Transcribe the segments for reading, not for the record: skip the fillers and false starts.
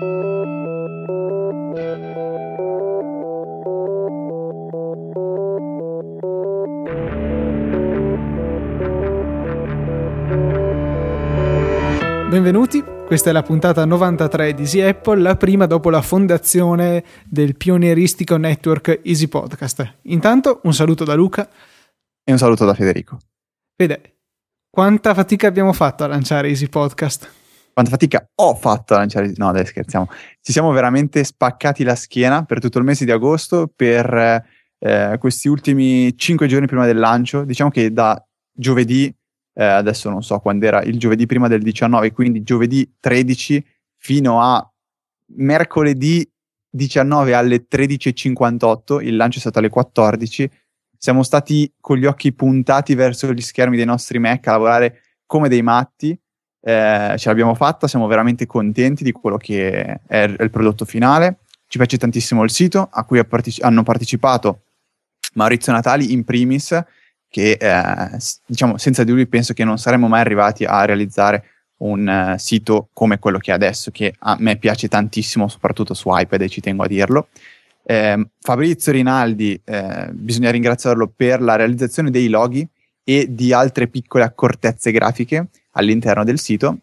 Benvenuti, questa è la puntata 93 di Easy Apple, la prima dopo la fondazione del pionieristico network Easy Podcast. Intanto un saluto da Luca. E un saluto da Federico. Fede, quanta fatica abbiamo fatto a lanciare Easy Podcast? Quanta fatica ho fatto a lanciare... No, dai, scherziamo. Ci siamo veramente spaccati la schiena per tutto il mese di agosto, per questi ultimi 5 giorni prima del lancio. Diciamo che da giovedì, adesso non so quando era, il giovedì prima del 19, quindi giovedì 13 fino a mercoledì 19 alle 13:58, il lancio è stato alle 14. Siamo stati con gli occhi puntati verso gli schermi dei nostri Mac a lavorare come dei matti. Ce l'abbiamo fatta, siamo veramente contenti di quello che è il prodotto finale. Ci piace tantissimo il sito, a cui hanno partecipato Maurizio Natali in primis, che diciamo senza di lui penso che non saremmo mai arrivati a realizzare un sito come quello che è adesso, che a me piace tantissimo, soprattutto su iPad, e ci tengo a dirlo. Fabrizio Rinaldi, bisogna ringraziarlo per la realizzazione dei loghi e di altre piccole accortezze grafiche all'interno del sito,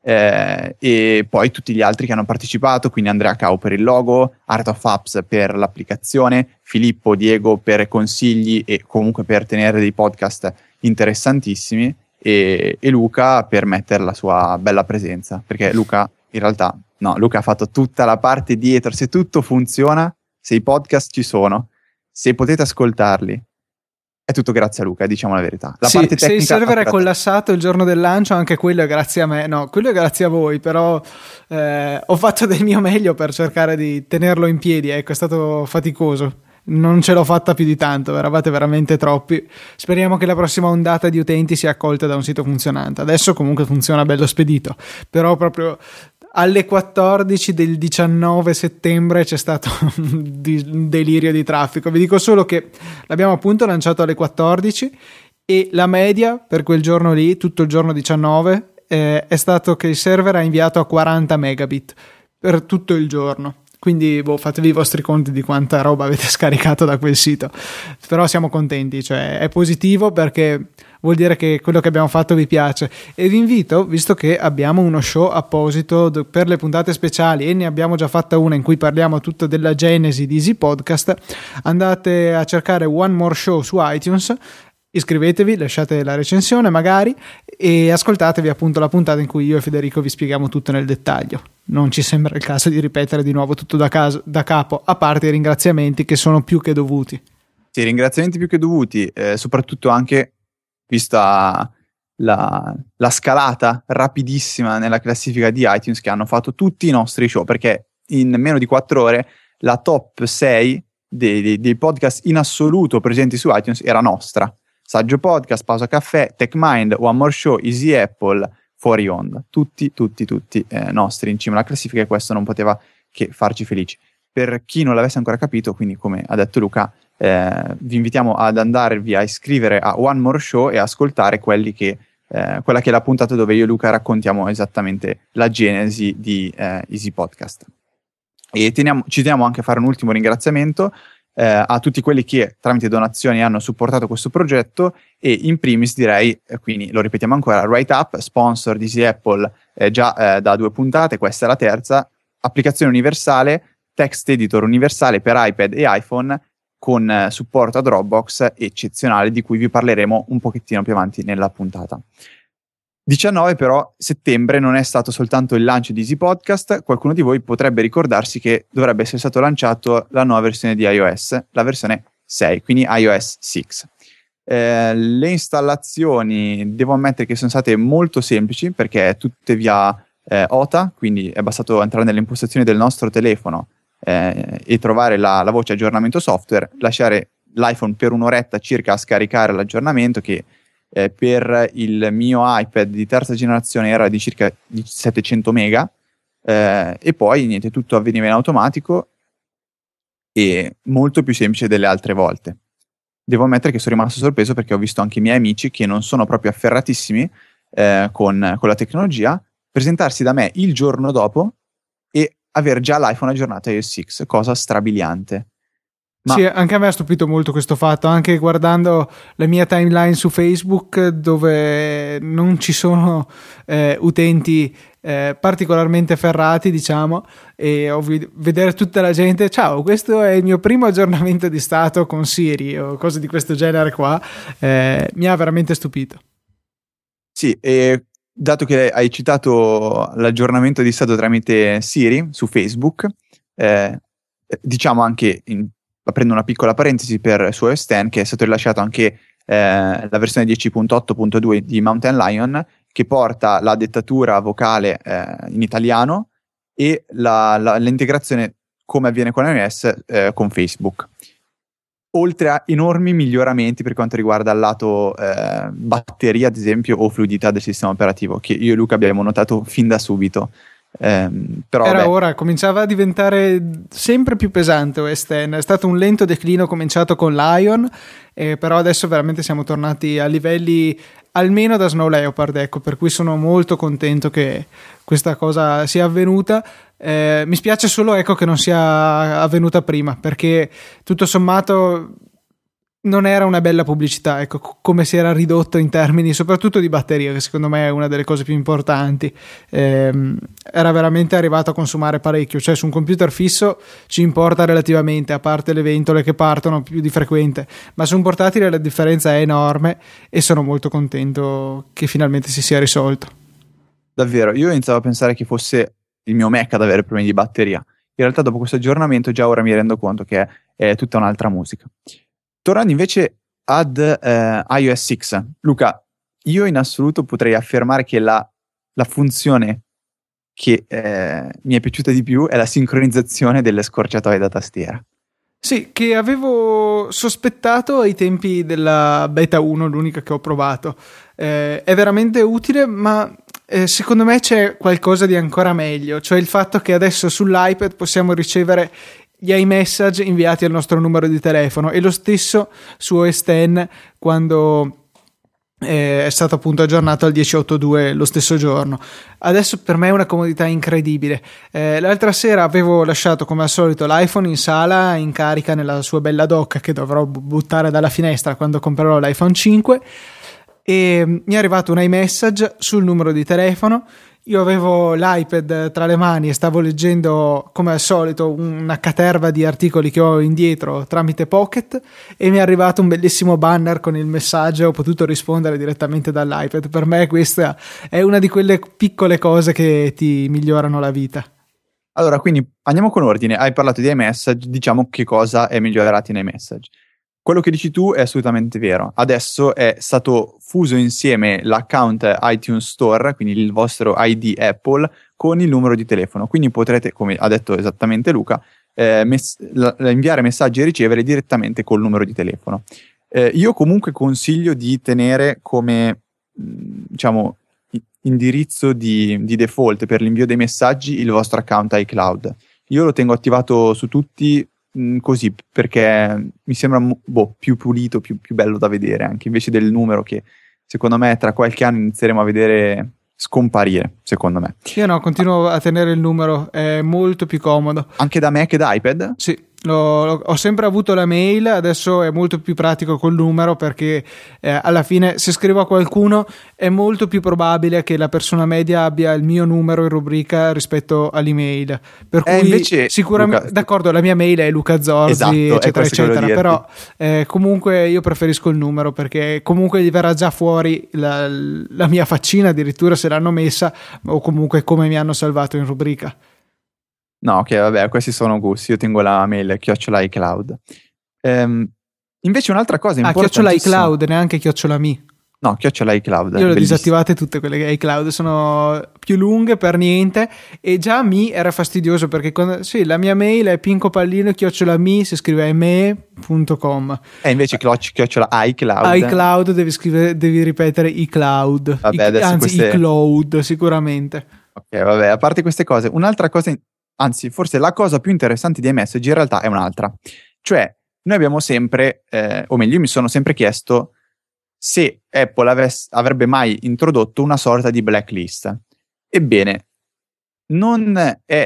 e poi tutti gli altri che hanno partecipato, quindi Andrea Cao per il logo, Art of Apps per l'applicazione, Filippo, Diego per consigli e comunque per tenere dei podcast interessantissimi, e Luca per mettere la sua bella presenza, perché Luca in realtà Luca ha fatto tutta la parte dietro. Se tutto funziona, se i podcast ci sono, se potete ascoltarli, è tutto grazie a Luca, diciamo la verità. La parte tecnica, se il server è collassato il giorno del lancio, anche quello è grazie a me. No, quello è grazie a voi, però ho fatto del mio meglio per cercare di tenerlo in piedi. Ecco, è stato faticoso. Non ce l'ho fatta più di tanto, eravate veramente troppi. Speriamo che la prossima ondata di utenti sia accolta da un sito funzionante. Adesso comunque funziona bello spedito, però proprio alle 14 del 19 settembre c'è stato un delirio di traffico. Vi dico solo che l'abbiamo appunto lanciato alle 14 e la media per quel giorno lì, tutto il giorno 19, è stato che il server ha inviato a 40 megabit per tutto il giorno. Quindi fatevi i vostri conti di quanta roba avete scaricato da quel sito. Però siamo contenti, cioè è positivo, perché vuol dire che quello che abbiamo fatto vi piace. E vi invito, visto che abbiamo uno show apposito per le puntate speciali e ne abbiamo già fatta una in cui parliamo tutto della genesi di Easy Podcast, andate a cercare One More Show su iTunes, iscrivetevi, lasciate la recensione magari e ascoltatevi appunto la puntata in cui io e Federico vi spieghiamo tutto nel dettaglio. Non ci sembra il caso di ripetere di nuovo tutto da capo, a parte i ringraziamenti che sono più che dovuti. Sì, ringraziamenti più che dovuti, soprattutto anche vista la scalata rapidissima nella classifica di iTunes che hanno fatto tutti i nostri show, perché in meno di 4 ore la top 6 dei podcast in assoluto presenti su iTunes era nostra. Saggio Podcast, Pausa Caffè, TechMind, One More Show, Easy Apple, Fuori Onda, tutti nostri in cima alla classifica, e questo non poteva che farci felici. Per chi non l'avesse ancora capito, quindi come ha detto Luca, vi invitiamo ad andarvi a iscrivere a One More Show e ascoltare quella che è la puntata dove io e Luca raccontiamo esattamente la genesi di Easy Podcast. E ci teniamo anche a fare un ultimo ringraziamento a tutti quelli che tramite donazioni hanno supportato questo progetto, e in primis direi, quindi lo ripetiamo ancora, Write Up, sponsor di Easy Apple già da 2 puntate, questa è la terza, applicazione universale, text editor universale per iPad e iPhone con supporto a Dropbox eccezionale, di cui vi parleremo un pochettino più avanti nella puntata. 19 però settembre non è stato soltanto il lancio di Easy Podcast. Qualcuno di voi potrebbe ricordarsi che dovrebbe essere stato lanciato la nuova versione di iOS, la versione 6, quindi iOS 6. Le installazioni devo ammettere che sono state molto semplici, perché tutte via OTA, quindi è bastato entrare nelle impostazioni del nostro telefono e trovare la voce aggiornamento software, lasciare l'iPhone per un'oretta circa a scaricare l'aggiornamento, che per il mio iPad di terza generazione era di circa 700 mega, e poi niente, tutto avveniva in automatico e molto più semplice delle altre volte. Devo ammettere che sono rimasto sorpreso, perché ho visto anche i miei amici che non sono proprio afferratissimi con la tecnologia presentarsi da me il giorno dopo e avere già l'iPhone aggiornato a iOS 6, cosa strabiliante. Sì, anche a me ha stupito molto questo fatto, anche guardando la mia timeline su Facebook, dove non ci sono utenti particolarmente ferrati, diciamo, e vedere tutta la gente, ciao, questo è il mio primo aggiornamento di stato con Siri o cose di questo genere qua, mi ha veramente stupito. Sì, e dato che hai citato l'aggiornamento di stato tramite Siri su Facebook, diciamo anche, aprendo una piccola parentesi per su iOS X, che è stato rilasciato anche la versione 10.8.2 di Mountain Lion, che porta la dettatura vocale in italiano e l'integrazione, come avviene con iOS, con Facebook. Oltre a enormi miglioramenti per quanto riguarda il lato batteria, ad esempio, o fluidità del sistema operativo, che io e Luca abbiamo notato fin da subito. Però era ora, cominciava a diventare sempre più pesante OS X. È stato un lento declino cominciato con Lion, però adesso veramente siamo tornati a livelli almeno da Snow Leopard, ecco, per cui sono molto contento che questa cosa sia avvenuta. Mi spiace solo, ecco, che non sia avvenuta prima, perché tutto sommato non era una bella pubblicità, ecco, come si era ridotto in termini soprattutto di batteria, che secondo me è una delle cose più importanti. Era veramente arrivato a consumare parecchio, cioè su un computer fisso ci importa relativamente, a parte le ventole che partono più di frequente, ma su un portatile la differenza è enorme e sono molto contento che finalmente si sia risolto. Davvero, io iniziavo a pensare che fosse il mio Mac ad avere problemi di batteria. In realtà dopo questo aggiornamento già ora mi rendo conto che è tutta un'altra musica. Tornando invece ad iOS 6, Luca, io in assoluto potrei affermare che la funzione che mi è piaciuta di più è la sincronizzazione delle scorciatoie da tastiera. Sì, che avevo sospettato ai tempi della beta 1, l'unica che ho provato. È veramente utile, ma secondo me c'è qualcosa di ancora meglio, cioè il fatto che adesso sull'iPad possiamo ricevere gli iMessage inviati al nostro numero di telefono, e lo stesso su OS X quando è stato appunto aggiornato al 10.8.2 lo stesso giorno. Adesso per me è una comodità incredibile. L'altra sera avevo lasciato come al solito l'iPhone in sala in carica nella sua bella dock, che dovrò buttare dalla finestra quando comprerò l'iPhone 5, e mi è arrivato un iMessage sul numero di telefono. Io avevo l'iPad tra le mani e stavo leggendo come al solito una caterva di articoli che ho indietro tramite Pocket, e mi è arrivato un bellissimo banner con il messaggio, ho potuto rispondere direttamente dall'iPad. Per me questa è una di quelle piccole cose che ti migliorano la vita. Allora, quindi andiamo con ordine. Hai parlato di iMessage, diciamo che cosa è migliorato in iMessage. Quello che dici tu è assolutamente vero. Adesso è stato fuso insieme l'account iTunes Store, quindi il vostro ID Apple, con il numero di telefono. Quindi potrete, come ha detto esattamente Luca, inviare messaggi e ricevere direttamente col numero di telefono. Io comunque consiglio di tenere come, diciamo, indirizzo di default per l'invio dei messaggi il vostro account iCloud. Io lo tengo attivato su tutti, così, perché mi sembra più pulito, più bello da vedere, anche invece del numero che secondo me tra qualche anno inizieremo a vedere scomparire, secondo me. Io no, continuo a tenere il numero, è molto più comodo. Anche da Mac e da iPad? Sì. Ho sempre avuto la mail, adesso è molto più pratico col numero, perché alla fine se scrivo a qualcuno è molto più probabile che la persona media abbia il mio numero in rubrica rispetto all'email, per cui invece, sicuramente Luca, d'accordo, la mia mail è Luca Zorzi, esatto, eccetera eccetera, però comunque io preferisco il numero, perché comunque gli verrà già fuori la mia faccina, addirittura se l'hanno messa, o comunque come mi hanno salvato in rubrica. No, ok, vabbè, questi sono gusti. Io tengo la mail @iCloud. Invece un'altra cosa importantissima. @iCloud, neanche @me. No, iCloud. Io le ho disattivate tutte quelle che iCloud, sono più lunghe per niente, e già mi era fastidioso, perché sì, la mia mail è pincopallino@me, si scrive me.com. E invece iCloud. iCloud devi ripetere iCloud. Vabbè, anzi, iCloud sicuramente. Ok, vabbè, a parte queste cose, un'altra cosa, anzi, forse la cosa più interessante di iMessage in realtà è un'altra. Cioè, noi abbiamo sempre, o meglio, io mi sono sempre chiesto se Apple avrebbe mai introdotto una sorta di blacklist. Ebbene, non è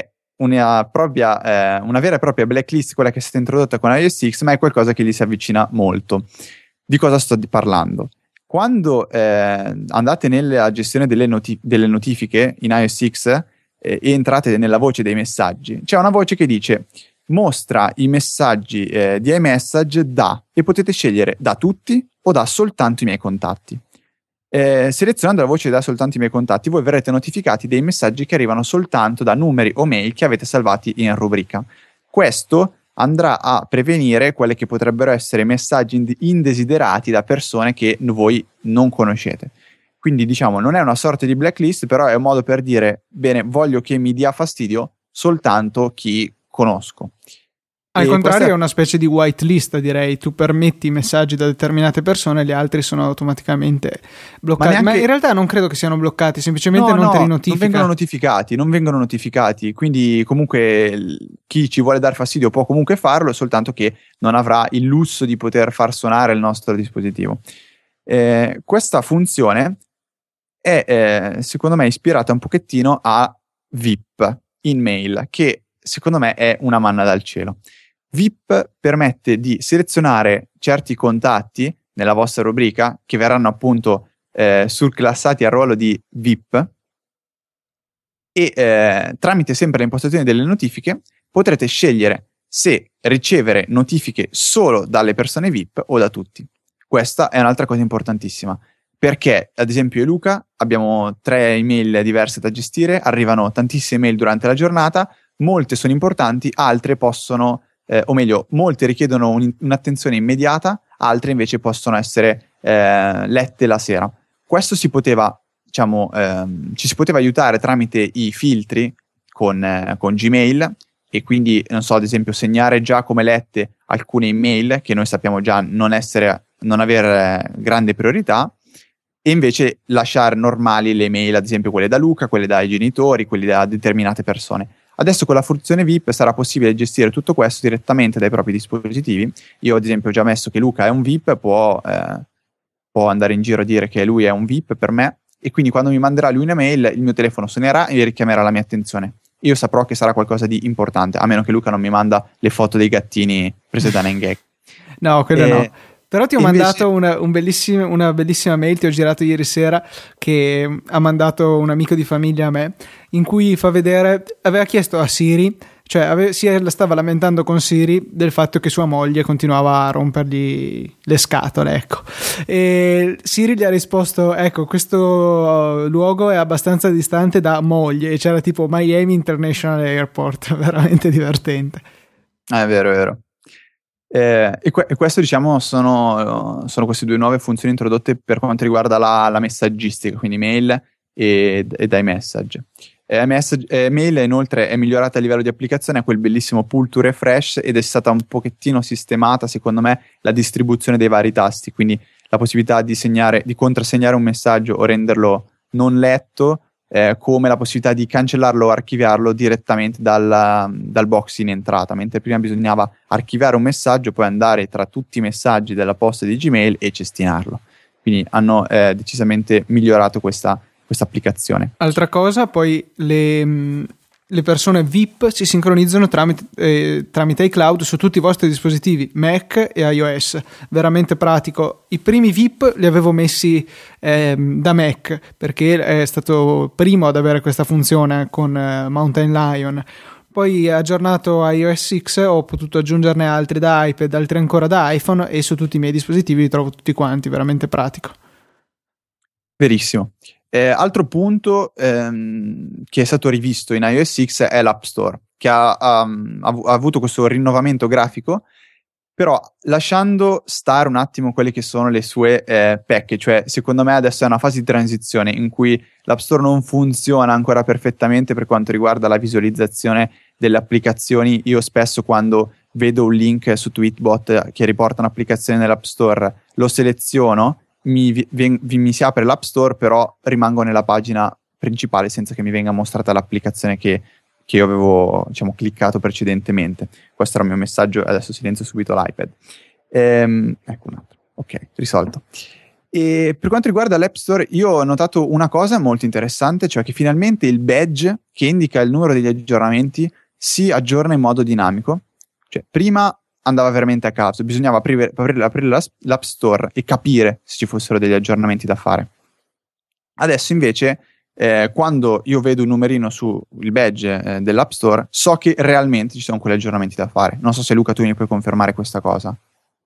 una vera e propria blacklist, quella che è stata introdotta con iOS X, ma è qualcosa che gli si avvicina molto. Di cosa sto parlando? Quando andate nella gestione delle notifiche in iOS X e entrate nella voce dei messaggi, c'è una voce che dice mostra i messaggi di iMessage e potete scegliere da tutti o da soltanto i miei contatti. Selezionando la voce da soltanto i miei contatti, voi verrete notificati dei messaggi che arrivano soltanto da numeri o mail che avete salvati in rubrica. Questo andrà a prevenire quelli che potrebbero essere messaggi indesiderati da persone che voi non conoscete. Quindi diciamo non è una sorta di blacklist, però è un modo per dire bene, voglio che mi dia fastidio soltanto chi conosco. Al contrario è una specie di whitelist, direi. Tu permetti i messaggi da determinate persone e gli altri sono automaticamente bloccati. Ma in realtà non credo che siano bloccati, semplicemente non te li notifica. Non vengono notificati, quindi comunque chi ci vuole dar fastidio può comunque farlo, soltanto che non avrà il lusso di poter far suonare il nostro dispositivo. Questa funzione è secondo me ispirata un pochettino a VIP in mail, che secondo me è una manna dal cielo. VIP permette di selezionare certi contatti nella vostra rubrica che verranno appunto surclassati al ruolo di VIP e tramite sempre le impostazioni delle notifiche potrete scegliere se ricevere notifiche solo dalle persone VIP o da tutti. Questa è un'altra cosa importantissima, perché ad esempio io e Luca abbiamo 3 email diverse da gestire, arrivano tantissime email durante la giornata, molte sono importanti, altre possono o meglio, molte richiedono un'attenzione immediata, altre invece possono essere lette la sera. Questo ci si poteva aiutare tramite i filtri con Gmail, e quindi, non so, ad esempio segnare già come lette alcune email che noi sappiamo già non avere grande priorità, e invece lasciare normali le email, ad esempio quelle da Luca, quelle dai genitori, quelle da determinate persone. Adesso con la funzione VIP sarà possibile gestire tutto questo direttamente dai propri dispositivi. Io ad esempio ho già messo che Luca è un VIP, può andare in giro a dire che lui è un VIP per me, e quindi quando mi manderà lui un'email il mio telefono suonerà e richiamerà la mia attenzione. Io saprò che sarà qualcosa di importante, a meno che Luca non mi manda le foto dei gattini prese da Nengek. No, quello no. Però ti ho mandato una bellissima mail, ti ho girato ieri sera, che ha mandato un amico di famiglia a me, in cui fa vedere, aveva chiesto a Siri, cioè stava lamentando con Siri del fatto che sua moglie continuava a rompergli le scatole, ecco. E Siri gli ha risposto, ecco, questo luogo è abbastanza distante da moglie, e c'era tipo Miami International Airport, veramente divertente. È vero, è vero. E questo diciamo sono queste 2 nuove funzioni introdotte per quanto riguarda la messaggistica, quindi mail e iMessage. Mail inoltre è migliorata a livello di applicazione, ha quel bellissimo pull to refresh, ed è stata un pochettino sistemata secondo me la distribuzione dei vari tasti, quindi la possibilità di contrassegnare un messaggio o renderlo non letto, come la possibilità di cancellarlo o archiviarlo direttamente dal box in entrata, mentre prima bisognava archiviare un messaggio, poi andare tra tutti i messaggi della posta di Gmail e cestinarlo. Quindi hanno decisamente migliorato questa applicazione. Altra cosa, poi le persone VIP si sincronizzano tramite iCloud su tutti i vostri dispositivi Mac e iOS, veramente pratico. I primi VIP li avevo messi da Mac, perché è stato primo ad avere questa funzione con Mountain Lion. Poi aggiornato iOS X ho potuto aggiungerne altri da iPad, altri ancora da iPhone, e su tutti i miei dispositivi li trovo tutti quanti, veramente pratico. Verissimo. Altro punto che è stato rivisto in iOS X è l'App Store, che ha avuto questo rinnovamento grafico, però lasciando stare un attimo quelle che sono le sue pecche. Cioè, secondo me adesso è una fase di transizione in cui l'App Store non funziona ancora perfettamente per quanto riguarda la visualizzazione delle applicazioni. Io spesso, quando vedo un link su Tweetbot che riporta un'applicazione nell'App Store, lo seleziono, mi si apre l'App Store, però rimango nella pagina principale senza che mi venga mostrata l'applicazione che io avevo, diciamo, cliccato precedentemente. Questo era il mio messaggio. Adesso silenzio subito l'iPad. Ecco un altro. Ok, risolto. E per quanto riguarda l'App Store, io ho notato una cosa molto interessante, cioè che finalmente il badge che indica il numero degli aggiornamenti si aggiorna in modo dinamico. Cioè, prima andava veramente a caso, bisognava aprire l'App Store e capire se ci fossero degli aggiornamenti da fare. Adesso invece, quando io vedo un numerino sul badge dell'App Store, so che realmente ci sono quegli aggiornamenti da fare. Non so se Luca tu mi puoi confermare questa cosa.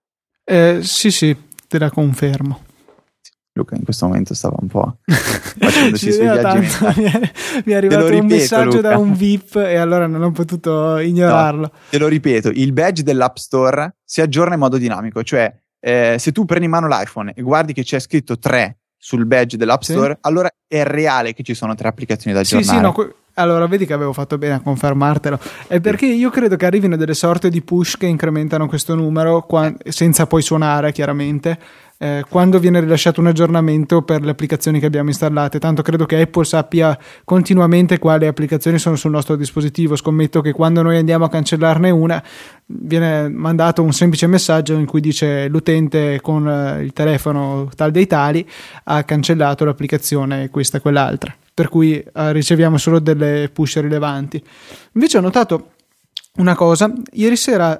Sì, te la confermo. Luca in questo momento stava un po' facendosi sui viaggi mentali. Mi è arrivato un messaggio da un VIP e allora non ho potuto ignorarlo. No, te lo ripeto, il badge dell'App Store si aggiorna in modo dinamico, cioè se tu prendi in mano l'iPhone e guardi che c'è scritto 3 sul badge dell'App Store, allora è reale che ci sono 3 applicazioni da aggiornare. Sì, allora vedi che avevo fatto bene a confermartelo. È perché io credo che arrivino delle sorte di push che incrementano questo numero senza poi suonare, chiaramente, quando viene rilasciato un aggiornamento per le applicazioni che abbiamo installate. Tanto credo che Apple sappia continuamente quali applicazioni sono sul nostro dispositivo. Scommetto che quando noi andiamo a cancellarne una viene mandato un semplice messaggio in cui dice l'utente con il telefono tal dei tali ha cancellato l'applicazione questa e quell'altra, per cui riceviamo solo delle push rilevanti. Invece ho notato una cosa, ieri sera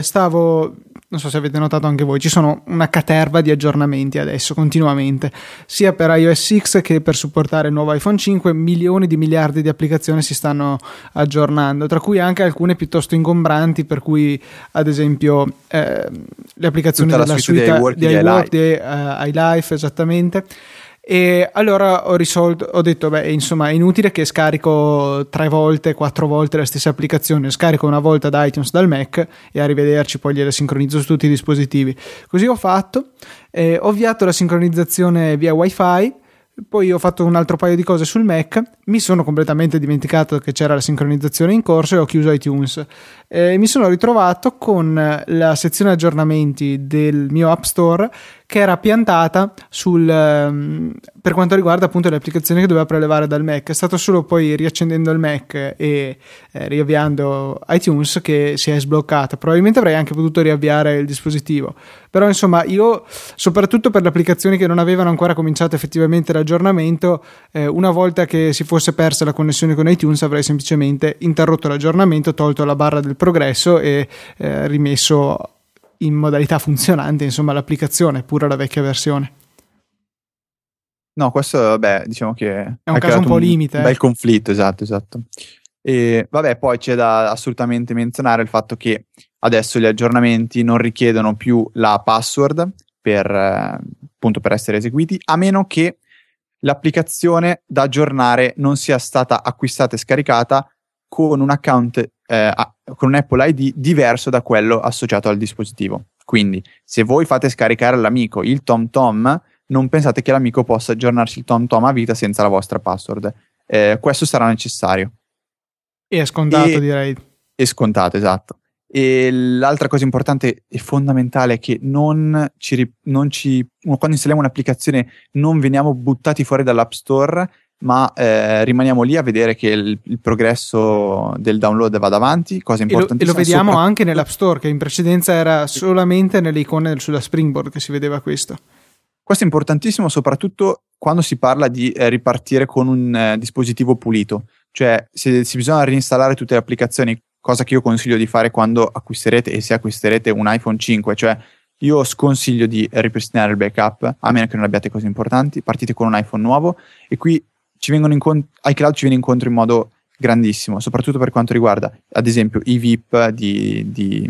non so se avete notato anche voi, ci sono una caterva di aggiornamenti adesso continuamente, sia per iOS 6 che per supportare il nuovo iPhone 5. Milioni di miliardi di applicazioni si stanno aggiornando, tra cui anche alcune piuttosto ingombranti, per cui ad esempio le applicazioni della suite di iWork, di iLife, esattamente. E allora ho detto, insomma, è inutile che scarico 3 volte, 4 volte la stessa applicazione. Scarico una volta da iTunes dal Mac e arrivederci, poi gliele sincronizzo su tutti i dispositivi. Così ho fatto, ho avviato la sincronizzazione via Wi-Fi. Poi ho fatto un altro paio di cose sul Mac, mi sono completamente dimenticato che c'era la sincronizzazione in corso e ho chiuso iTunes. Mi sono ritrovato con la sezione aggiornamenti del mio App Store che era piantata per quanto riguarda appunto le applicazioni che doveva prelevare dal Mac. È stato solo poi riaccendendo il Mac e riavviando iTunes che si è sbloccata. Probabilmente avrei anche potuto riavviare il dispositivo, però insomma io, soprattutto per le applicazioni che non avevano ancora cominciato effettivamente l'aggiornamento, una volta che si fosse persa la connessione con iTunes avrei semplicemente interrotto l'aggiornamento, tolto la barra del progresso e rimesso in modalità funzionante, insomma, l'applicazione, pure la vecchia versione. No, questo diciamo che è un caso un po' limite. Un bel conflitto, esatto. E poi c'è da assolutamente menzionare il fatto che adesso gli aggiornamenti non richiedono più la password per essere eseguiti, a meno che l'applicazione da aggiornare non sia stata acquistata e scaricata con un account con un Apple ID diverso da quello associato al dispositivo. Quindi se voi fate scaricare all'amico il TomTom, non pensate che l'amico possa aggiornarsi il TomTom a vita senza la vostra password. Questo sarà necessario. E è scontato, direi. È scontato, esatto. E l'altra cosa importante e fondamentale è che quando installiamo un'applicazione non veniamo buttati fuori dall'App Store, ma rimaniamo lì a vedere che il progresso del download vada avanti, cosa importantissima. E lo vediamo anche nell'App Store, che in precedenza era solamente nelle icone sulla Springboard che si vedeva questo. Questo è importantissimo soprattutto quando si parla di ripartire con un dispositivo pulito, cioè se bisogna reinstallare tutte le applicazioni, cosa che io consiglio di fare quando acquisterete, e se acquisterete un iPhone 5, cioè io sconsiglio di ripristinare il backup, a meno che non abbiate cose importanti, partite con un iPhone nuovo e qui iCloud ci viene incontro in modo grandissimo, soprattutto per quanto riguarda ad esempio i VIP di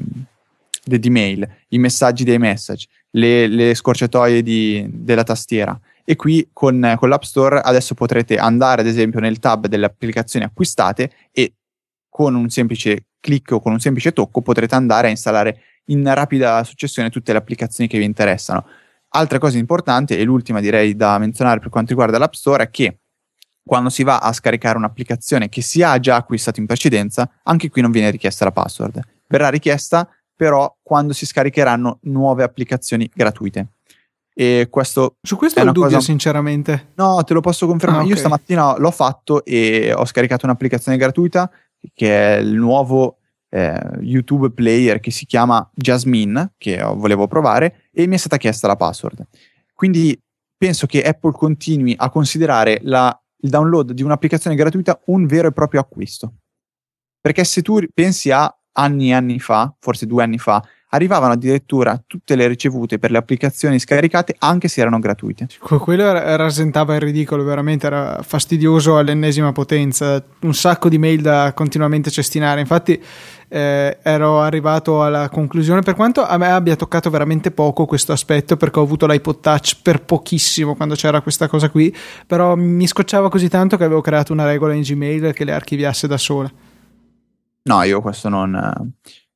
mail, i messaggi dei message, le scorciatoie della tastiera. E qui con l'App Store adesso potrete andare ad esempio nel tab delle applicazioni acquistate e con un semplice clic o con un semplice tocco potrete andare a installare in rapida successione tutte le applicazioni che vi interessano. Altra cosa importante, e l'ultima direi da menzionare per quanto riguarda l'App Store, è che quando si va a scaricare un'applicazione che si ha già acquistato in precedenza, anche qui non viene richiesta la password. Verrà richiesta però quando si scaricheranno nuove applicazioni gratuite. E questo su questo ho dubbio, sinceramente. No, te lo posso confermare. Okay. Io stamattina l'ho fatto e ho scaricato un'applicazione gratuita che è il nuovo YouTube player che si chiama Jasmine, che volevo provare, e mi è stata chiesta la password. Quindi penso che Apple continui a considerare il download di un'applicazione gratuita un vero e proprio acquisto. Perché se tu pensi a anni e anni fa, forse 2 anni fa, arrivavano addirittura tutte le ricevute per le applicazioni scaricate anche se erano gratuite. Quello rasentava il ridicolo, veramente era fastidioso all'ennesima potenza, un sacco di mail da continuamente cestinare. Infatti ero arrivato alla conclusione, per quanto a me abbia toccato veramente poco questo aspetto, perché ho avuto l'iPod Touch per pochissimo quando c'era questa cosa qui, però mi scocciava così tanto che avevo creato una regola in Gmail che le archiviasse da sola. No, io questo non...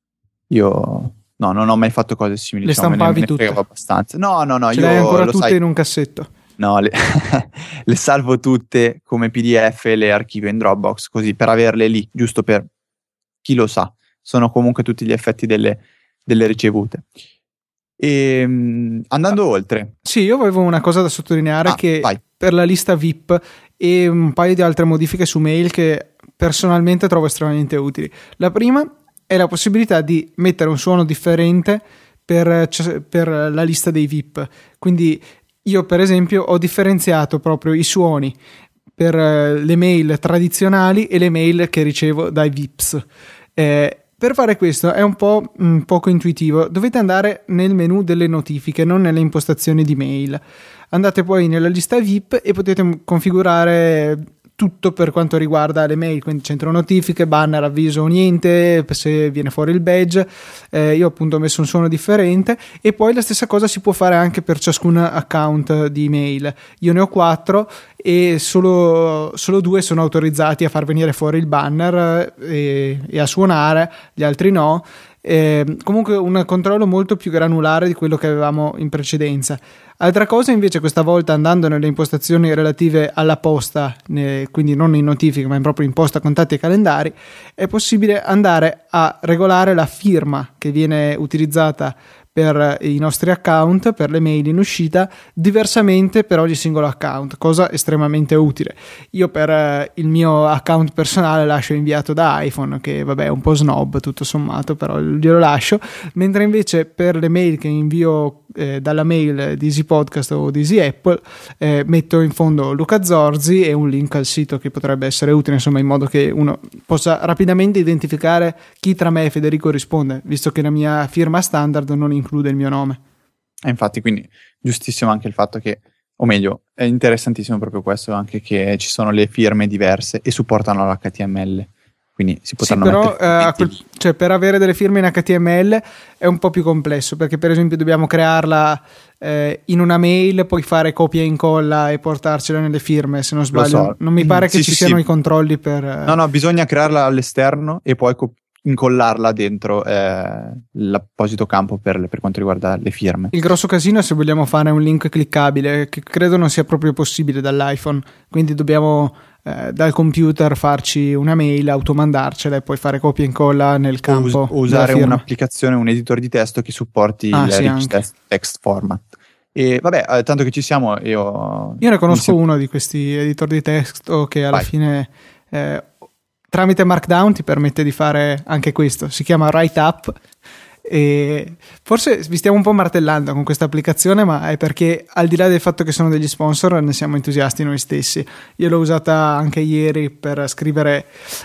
No, non ho mai fatto cose simili. Le stampavi tutte? Abbastanza. No, Ce le hai ancora tutte in un cassetto? No, le salvo tutte come PDF e le archivio in Dropbox, così per averle lì, giusto per chi lo sa. Sono comunque tutti gli effetti delle ricevute. E andando oltre. Sì, io avevo una cosa da sottolineare, che vai. Per la lista VIP e un paio di altre modifiche su mail che personalmente trovo estremamente utili. La prima è la possibilità di mettere un suono differente per la lista dei VIP. Quindi io, per esempio, ho differenziato proprio i suoni per le mail tradizionali e le mail che ricevo dai VIPs. Per fare questo è un po' poco intuitivo. Dovete andare nel menu delle notifiche, non nelle impostazioni di mail. Andate poi nella lista VIP e potete configurare tutto per quanto riguarda le mail, quindi centro notifiche, banner, avviso o niente, se viene fuori il badge. Io appunto ho messo un suono differente, e poi la stessa cosa si può fare anche per ciascun account di email. Io ne ho 4 e solo 2 sono autorizzati a far venire fuori il banner e a suonare, gli altri no. Comunque un controllo molto più granulare di quello che avevamo in precedenza. Altra cosa invece, questa volta andando nelle impostazioni relative alla posta, quindi non in notifiche ma proprio in posta, contatti e calendari, è possibile andare a regolare la firma che viene utilizzata per i nostri account, per le mail in uscita, diversamente per ogni singolo account, cosa estremamente utile. Io per il mio account personale lascio inviato da iPhone, che vabbè è un po' snob tutto sommato, però glielo lascio, mentre invece per le mail che invio dalla mail di Easy Podcast o di Easy Apple metto in fondo Luca Zorzi e un link al sito che potrebbe essere utile, insomma, in modo che uno possa rapidamente identificare chi tra me e Federico risponde, visto che la mia firma standard non include il mio nome. Infatti, quindi giustissimo anche il fatto che, o meglio, è interessantissimo proprio questo, anche che ci sono le firme diverse e supportano l'HTML. Quindi si potranno mettere cioè, per avere delle firme in HTML è un po' più complesso, perché per esempio dobbiamo crearla in una mail, poi fare copia e incolla e portarcela nelle firme, se non sbaglio. So. Non mi pare che ci siano i controlli per... No, bisogna crearla all'esterno e poi incollarla dentro l'apposito campo per quanto riguarda le firme. Il grosso casino è se vogliamo fare un link cliccabile, che credo non sia proprio possibile dall'iPhone, quindi dobbiamo dal computer farci una mail, automandarcela e poi fare copia e incolla nel campo. O usare un'applicazione, un editor di testo che supporti il rich text format. E vabbè, tanto che ci siamo, io ne conosco uno di questi editor di testo che alla fine tramite Markdown ti permette di fare anche questo. Si chiama WriteUp e forse vi stiamo un po' martellando con questa applicazione, ma è perché al di là del fatto che sono degli sponsor ne siamo entusiasti noi stessi. Io l'ho usata anche ieri per scrivere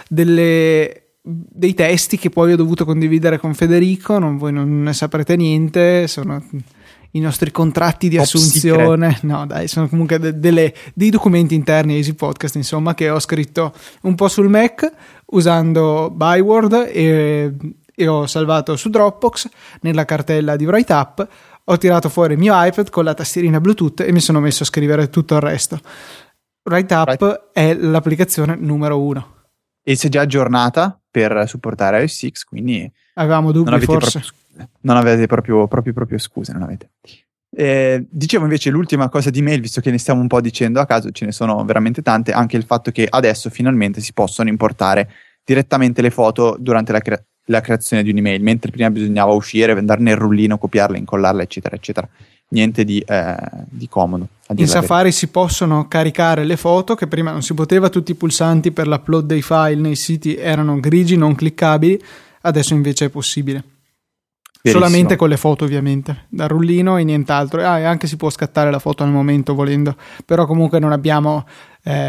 dei testi che poi ho dovuto condividere con Federico. Voi non ne saprete niente, sono i nostri contratti di assunzione. Secret. No dai, sono comunque dei documenti interni a Easy Podcast, insomma, che ho scritto un po' sul Mac usando Byword e ho salvato su Dropbox nella cartella di WriteUp. Ho tirato fuori il mio iPad con la tastierina Bluetooth e mi sono messo a scrivere tutto il resto. WriteUp è l'applicazione numero 1 e si è già aggiornata per supportare iOS 6, quindi avevamo dubbi, forse non avete proprio scuse, non avete. Dicevo invece l'ultima cosa di mail, visto che ne stiamo un po' dicendo a caso, ce ne sono veramente tante, anche il fatto che adesso finalmente si possono importare direttamente le foto durante la creazione di un'email, mentre prima bisognava uscire, andare nel rullino, copiarla, incollarla, eccetera, eccetera. Niente di comodo. In Safari si possono caricare le foto, che prima non si poteva, tutti i pulsanti per l'upload dei file nei siti erano grigi, non cliccabili, adesso invece è possibile. Verissimo. Solamente con le foto, ovviamente, dal rullino e nient'altro. E anche si può scattare la foto al momento volendo, però comunque non abbiamo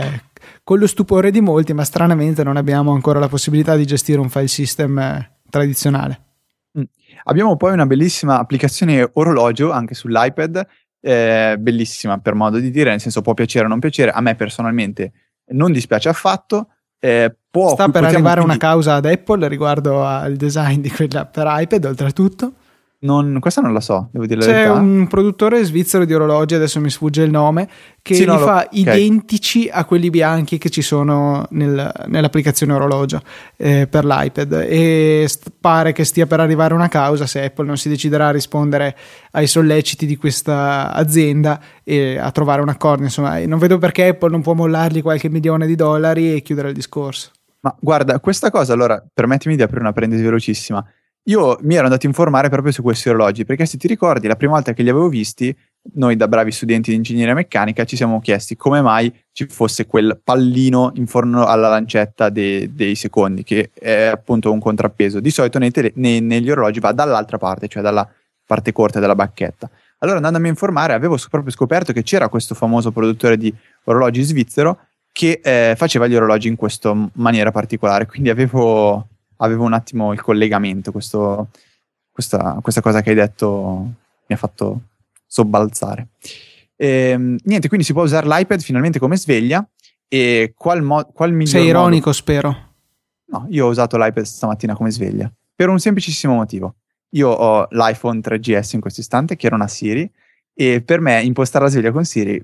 con lo stupore di molti, ma stranamente non abbiamo ancora la possibilità di gestire un file system tradizionale. Abbiamo poi una bellissima applicazione orologio anche sull'iPad, bellissima per modo di dire, nel senso può piacere o non piacere, a me personalmente non dispiace affatto. Sta per arrivare una causa ad Apple riguardo al design di quella per iPad, oltretutto. Questa non la so, devo dire la C'è verità. un produttore svizzero di orologi, adesso mi sfugge il nome, che li fa identici a quelli bianchi che ci sono nell'applicazione orologio per l'iPad, e pare che stia per arrivare una causa se Apple non si deciderà a rispondere ai solleciti di questa azienda e a trovare un accordo. Insomma, non vedo perché Apple non può mollargli qualche milione di dollari e chiudere il discorso. Ma guarda, questa cosa, allora, permettimi di aprire una parentesi velocissima. Io mi ero andato a informare proprio su questi orologi, perché se ti ricordi, la prima volta che li avevo visti, noi da bravi studenti di ingegneria meccanica ci siamo chiesti come mai ci fosse quel pallino in forno alla lancetta dei secondi, che è appunto un contrappeso. Di solito negli orologi va dall'altra parte, cioè dalla parte corta della bacchetta. Allora, andandomi a informare, avevo proprio scoperto che c'era questo famoso produttore di orologi svizzero che faceva gli orologi in questa maniera particolare, quindi avevo un attimo il collegamento. Questa cosa che hai detto mi ha fatto sobbalzare. Niente, quindi si può usare l'iPad finalmente come sveglia. E qual miglior Sei ironico, modo? Spero. No, io ho usato l'iPad stamattina come sveglia per un semplicissimo motivo. Io ho l'iPhone 3GS in questo istante, che era una Siri, e per me impostare la sveglia con Siri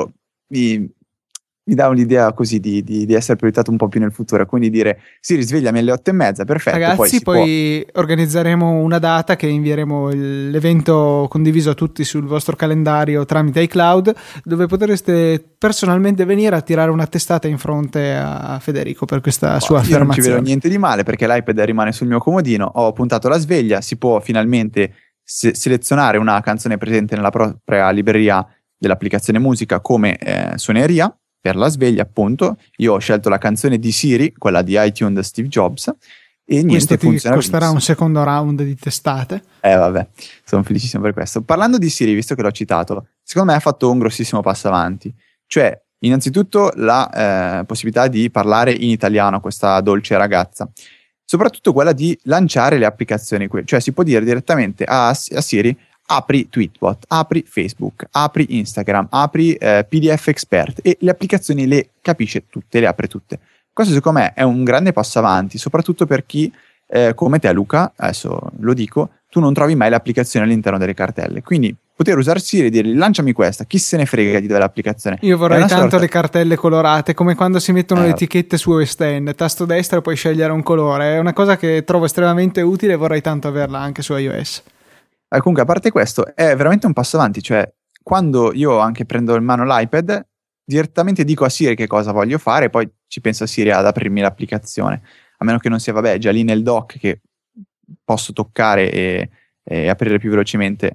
mi dà un'idea così di essere proiettato un po' più nel futuro, quindi dire Siri svegliami alle 8:30, perfetto. Ragazzi, poi organizzeremo una data che invieremo l'evento condiviso a tutti sul vostro calendario tramite iCloud, dove potreste personalmente venire a tirare una testata in fronte a Federico per questa sua affermazione. Io non ci vedo niente di male, perché l'iPad rimane sul mio comodino, ho puntato la sveglia, si può finalmente selezionare una canzone presente nella propria libreria dell'applicazione musica come suoneria per la sveglia, appunto. Io ho scelto la canzone di Siri, quella di iTunes Steve Jobs, e niente, funziona. Questo ti costerà un secondo round di testate. Vabbè, sono felicissimo per questo. Parlando di Siri, visto che l'ho citato, secondo me ha fatto un grossissimo passo avanti. Cioè, innanzitutto la possibilità di parlare in italiano a questa dolce ragazza. Soprattutto quella di lanciare le applicazioni. Cioè, si può dire direttamente a Siri: apri Tweetbot, apri Facebook, apri Instagram, apri PDF Expert, e le applicazioni le capisce tutte, le apre tutte. Questo secondo me è un grande passo avanti, soprattutto per chi come te, Luca, adesso lo dico, tu non trovi mai le applicazioni all'interno delle cartelle, quindi poter usare Siri e dire lanciami questa, chi se ne frega di dell'applicazione. Io vorrei tanto le cartelle colorate, come quando si mettono le etichette su OS X, tasto destro e puoi scegliere un colore, è una cosa che trovo estremamente utile e vorrei tanto averla anche su iOS. Comunque, a parte questo, è veramente un passo avanti. Cioè, quando io anche prendo in mano l'iPad, direttamente dico a Siri che cosa voglio fare, e poi ci pensa Siri ad aprirmi l'applicazione, a meno che non sia, già lì nel dock, che posso toccare e aprire più velocemente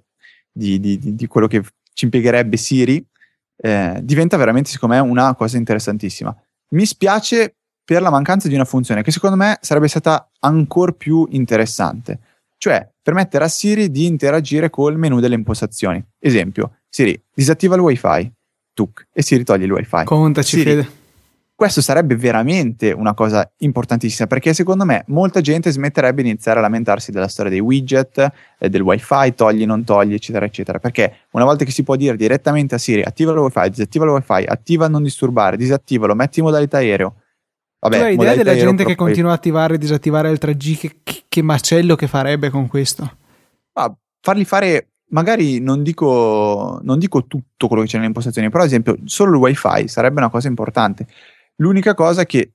di quello che ci impiegherebbe Siri. Diventa veramente, secondo me, una cosa interessantissima. Mi spiace per la mancanza di una funzione che secondo me sarebbe stata ancora più interessante, cioè permettere a Siri di interagire col menu delle impostazioni. Esempio: Siri, disattiva il wifi, e Siri toglie il wifi. Contaci, Siri, Fede. Questo sarebbe veramente una cosa importantissima, perché secondo me molta gente smetterebbe di iniziare a lamentarsi della storia dei widget, del wifi, togli, non togli, eccetera eccetera, perché una volta che si può dire direttamente a Siri attiva il wifi, disattiva il wifi, attiva non disturbare, disattivalo, metti in modalità aereo. Vabbè, tu hai idea della gente che continua a attivare e disattivare il 3G, che macello che farebbe con questo? Fargli fare, magari non dico tutto quello che c'è nelle impostazioni, però ad esempio solo il wifi sarebbe una cosa importante. L'unica cosa che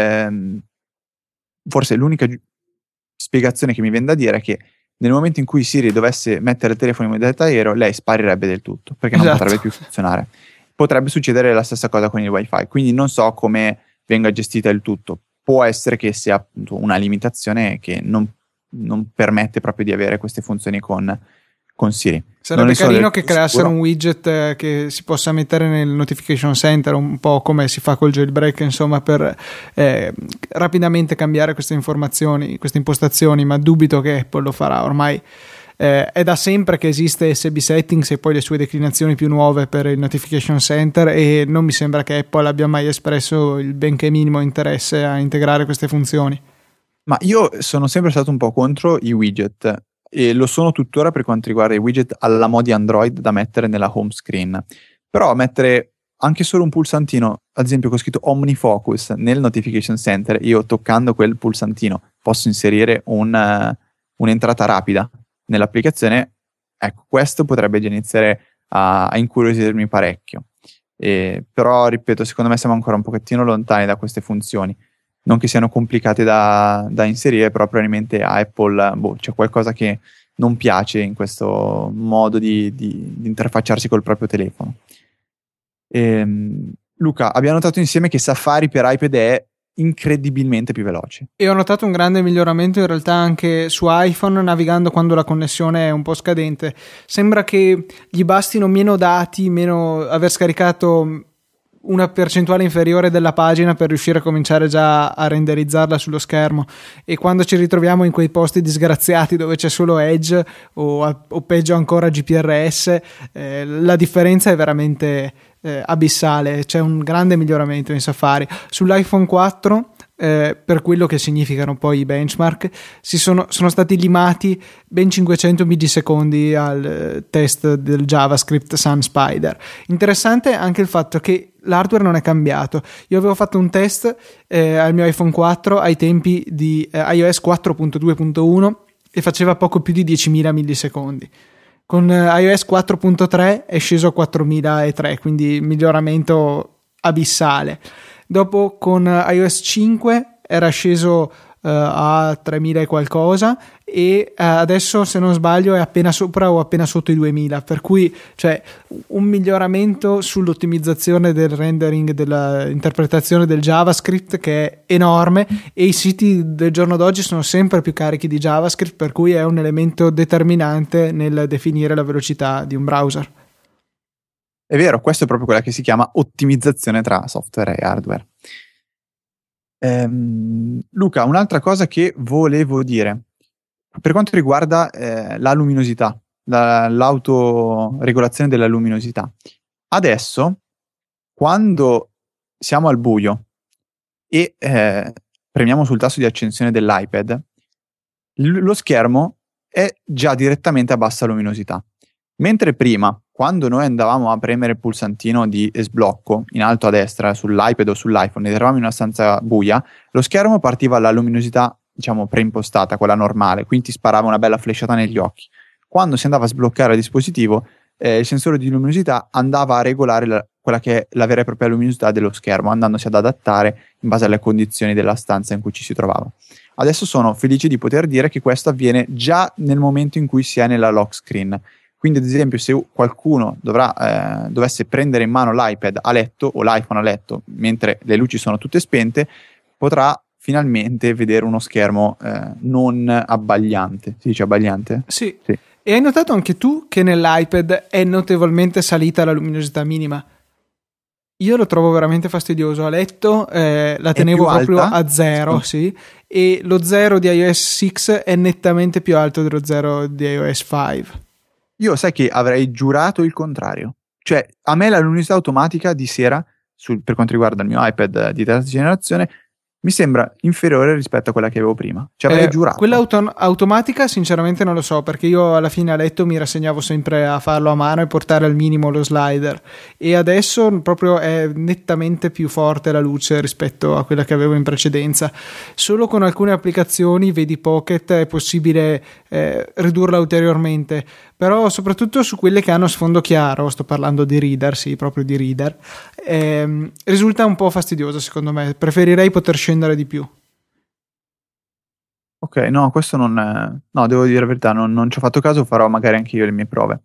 forse l'unica spiegazione che mi viene da dire è che nel momento in cui Siri dovesse mettere il telefono in modalità aereo, lei sparirebbe del tutto, perché non potrebbe più funzionare. Potrebbe succedere la stessa cosa con il wifi, quindi non so come venga gestita il tutto. Può essere che sia appunto una limitazione che non permette proprio di avere queste funzioni con Siri. Sarebbe carino che creassero un widget che si possa mettere nel notification center, un po' come si fa col jailbreak, insomma, per rapidamente cambiare queste informazioni, queste impostazioni, ma dubito che Apple lo farà. Ormai È da sempre che esiste SB Settings e poi le sue declinazioni più nuove per il Notification Center, e non mi sembra che Apple abbia mai espresso il benché minimo interesse a integrare queste funzioni. Ma io sono sempre stato un po' contro i widget, e lo sono tuttora per quanto riguarda i widget alla modi Android da mettere nella home screen. Però mettere anche solo un pulsantino, ad esempio con scritto OmniFocus nel Notification Center, io toccando quel pulsantino posso inserire un'entrata rapida nell'applicazione. Ecco, questo potrebbe già iniziare a incuriosirmi parecchio. Però, ripeto, secondo me siamo ancora un pochettino lontani da queste funzioni. Non che siano complicate da inserire, però probabilmente a Apple c'è qualcosa che non piace in questo modo di interfacciarsi col proprio telefono. Luca, abbiamo notato insieme che Safari per iPad è incredibilmente più veloce. E ho notato un grande miglioramento in realtà anche su iPhone, navigando quando la connessione è un po' scadente. Sembra che gli bastino meno dati, meno aver scaricato una percentuale inferiore della pagina per riuscire a cominciare già a renderizzarla sullo schermo, e quando ci ritroviamo in quei posti disgraziati dove c'è solo Edge o peggio ancora GPRS, la differenza è veramente abissale. C'è un grande miglioramento in Safari. Sull'iPhone 4, per quello che significano poi i benchmark, sono stati limati ben 500 millisecondi al test del JavaScript SunSpider. Interessante anche il fatto che l'hardware non è cambiato. Io avevo fatto un test al mio iPhone 4 ai tempi di iOS 4.2.1 e faceva poco più di 10.000 millisecondi. Con iOS 4.3 è sceso a 4.003, quindi miglioramento abissale. Dopo con iOS 5 era sceso a 3.000 e qualcosa, e adesso, se non sbaglio, è appena sopra o appena sotto i 2.000, per cui cioè un miglioramento sull'ottimizzazione del rendering, dell'interpretazione del JavaScript, che è enorme, e i siti del giorno d'oggi sono sempre più carichi di JavaScript, per cui è un elemento determinante nel definire la velocità di un browser. È vero, questo è proprio quella che si chiama ottimizzazione tra software e hardware. Luca, un'altra cosa che volevo dire per quanto riguarda la luminosità, l'autoregolazione della luminosità. Adesso, quando siamo al buio e premiamo sul tasto di accensione dell'iPad, lo schermo è già direttamente a bassa luminosità. Mentre prima, quando noi andavamo a premere il pulsantino di sblocco in alto a destra sull'iPad o sull'iPhone ed eravamo in una stanza buia, lo schermo partiva alla luminosità, diciamo, preimpostata, quella normale, quindi ti sparava una bella flashata negli occhi. Quando si andava a sbloccare il dispositivo, il sensore di luminosità andava a regolare quella che è la vera e propria luminosità dello schermo, andandosi ad adattare in base alle condizioni della stanza in cui ci si trovava. Adesso sono felice di poter dire che questo avviene già nel momento in cui si è nella lock screen. Quindi, ad esempio, se qualcuno dovesse prendere in mano l'iPad a letto o l'iPhone a letto mentre le luci sono tutte spente, potrà finalmente vedere uno schermo non abbagliante. Si dice abbagliante? Sì. E hai notato anche tu che nell'iPad è notevolmente salita la luminosità minima? Io lo trovo veramente fastidioso. A letto la tenevo proprio a 0, sì, e lo 0 di iOS 6 è nettamente più alto dello 0 di iOS 5. Io sai che avrei giurato il contrario. Cioè, a me la luminosità automatica di sera, per quanto riguarda il mio iPad di terza generazione, mi sembra inferiore rispetto a quella che avevo prima. Cioè, avrei giurato. Quella automatica sinceramente non lo so, perché io alla fine a letto mi rassegnavo sempre a farlo a mano e portare al minimo lo slider, e adesso proprio è nettamente più forte la luce rispetto a quella che avevo in precedenza. Solo con alcune applicazioni, vedi Pocket, è possibile ridurla ulteriormente, però soprattutto su quelle che hanno sfondo chiaro, sto parlando di reader, sì, proprio di reader, risulta un po' fastidioso secondo me. Preferirei poter scendere di più. Ok, no, questo non è... No, devo dire la verità, non ci ho fatto caso, farò magari anche io le mie prove.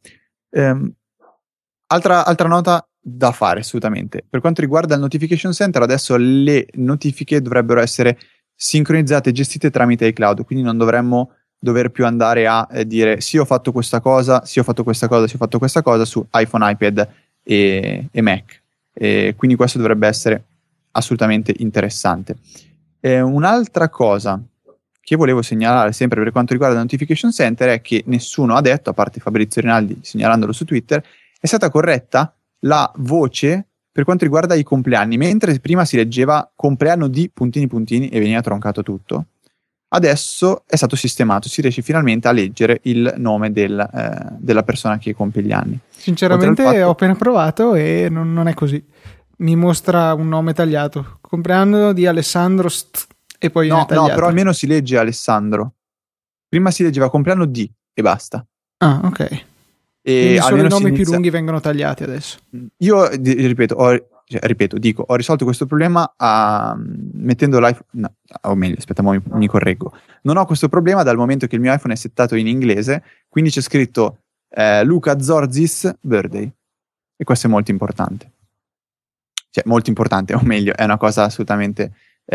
Altra nota da fare assolutamente. Per quanto riguarda il Notification Center, adesso le notifiche dovrebbero essere sincronizzate e gestite tramite iCloud, quindi non dovremmo dover più andare a dire sì, ho fatto questa cosa, sì, ho fatto questa cosa, sì, ho fatto questa cosa su iPhone, iPad e Mac. E quindi questo dovrebbe essere assolutamente interessante. Un'altra cosa che volevo segnalare sempre per quanto riguarda Notification Center è che nessuno ha detto, a parte Fabrizio Rinaldi segnalandolo su Twitter, è stata corretta la voce per quanto riguarda i compleanni. Mentre prima si leggeva compleanno di puntini puntini e veniva troncato tutto, adesso è stato sistemato, si riesce finalmente a leggere il nome della persona che compie gli anni. Sinceramente ho appena provato e non è così. Mi mostra un nome tagliato, compleanno di Alessandro e poi no, tagliato. No, però almeno si legge Alessandro. Prima si leggeva compleanno di e basta. Ah, ok. E solo i nomi più lunghi vengono tagliati adesso. Io ripeto, ho risolto questo problema mettendo l'iPhone, no, o meglio, aspetta, mi correggo. Non ho questo problema dal momento che il mio iPhone è settato in inglese, quindi c'è scritto Luca Zorzis birthday, e questo è molto importante. Cioè, molto importante, o meglio, è una cosa assolutamente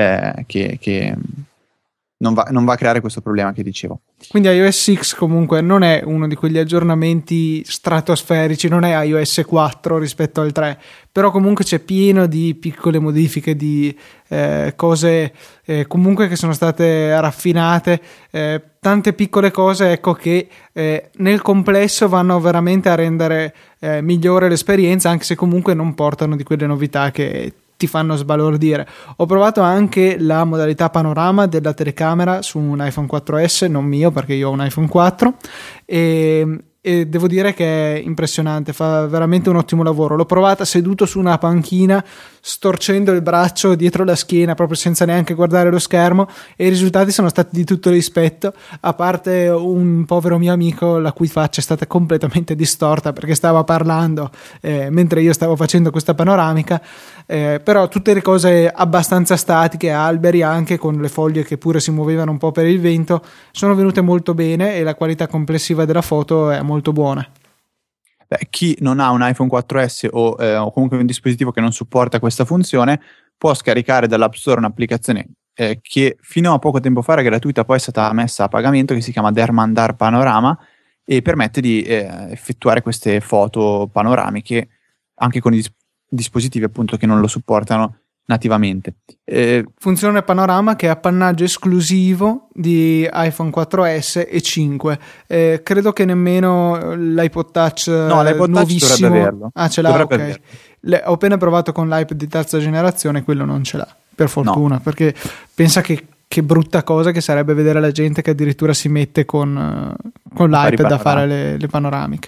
che non va a creare questo problema che dicevo. Quindi iOS 6 comunque non è uno di quegli aggiornamenti stratosferici, non è iOS 4 rispetto al 3, però comunque c'è pieno di piccole modifiche, di cose comunque che sono state raffinate, tante piccole cose, ecco, che nel complesso vanno veramente a rendere migliore l'esperienza, anche se comunque non portano di quelle novità che ti fanno sbalordire. Ho provato anche la modalità panorama della telecamera su un iPhone 4S, non mio perché io ho un iPhone 4, e devo dire che è impressionante, fa veramente un ottimo lavoro. L'ho provata seduto su una panchina, storcendo il braccio dietro la schiena, proprio senza neanche guardare lo schermo, e i risultati sono stati di tutto rispetto, a parte un povero mio amico la cui faccia è stata completamente distorta perché stava parlando mentre io stavo facendo questa panoramica, però tutte le cose abbastanza statiche, alberi anche con le foglie che pure si muovevano un po' per il vento, sono venute molto bene e la qualità complessiva della foto è molto buona. Chi non ha un iPhone 4S o comunque un dispositivo che non supporta questa funzione può scaricare dall'App Store un'applicazione che fino a poco tempo fa era gratuita, poi è stata messa a pagamento, che si chiama Dermandar Panorama, e permette di effettuare queste foto panoramiche anche con i dispositivi appunto che non lo supportano nativamente. Funzione panorama che è appannaggio esclusivo di iPhone 4S e 5. Credo che nemmeno l'iPod Touch nuovissimo dovrebbe averlo. Ce l'ha, ok. Ho appena provato con l'iPad di terza generazione, quello non ce l'ha, per fortuna, perché pensa che brutta cosa che sarebbe vedere la gente che addirittura si mette con l'iPad a fare le panoramiche.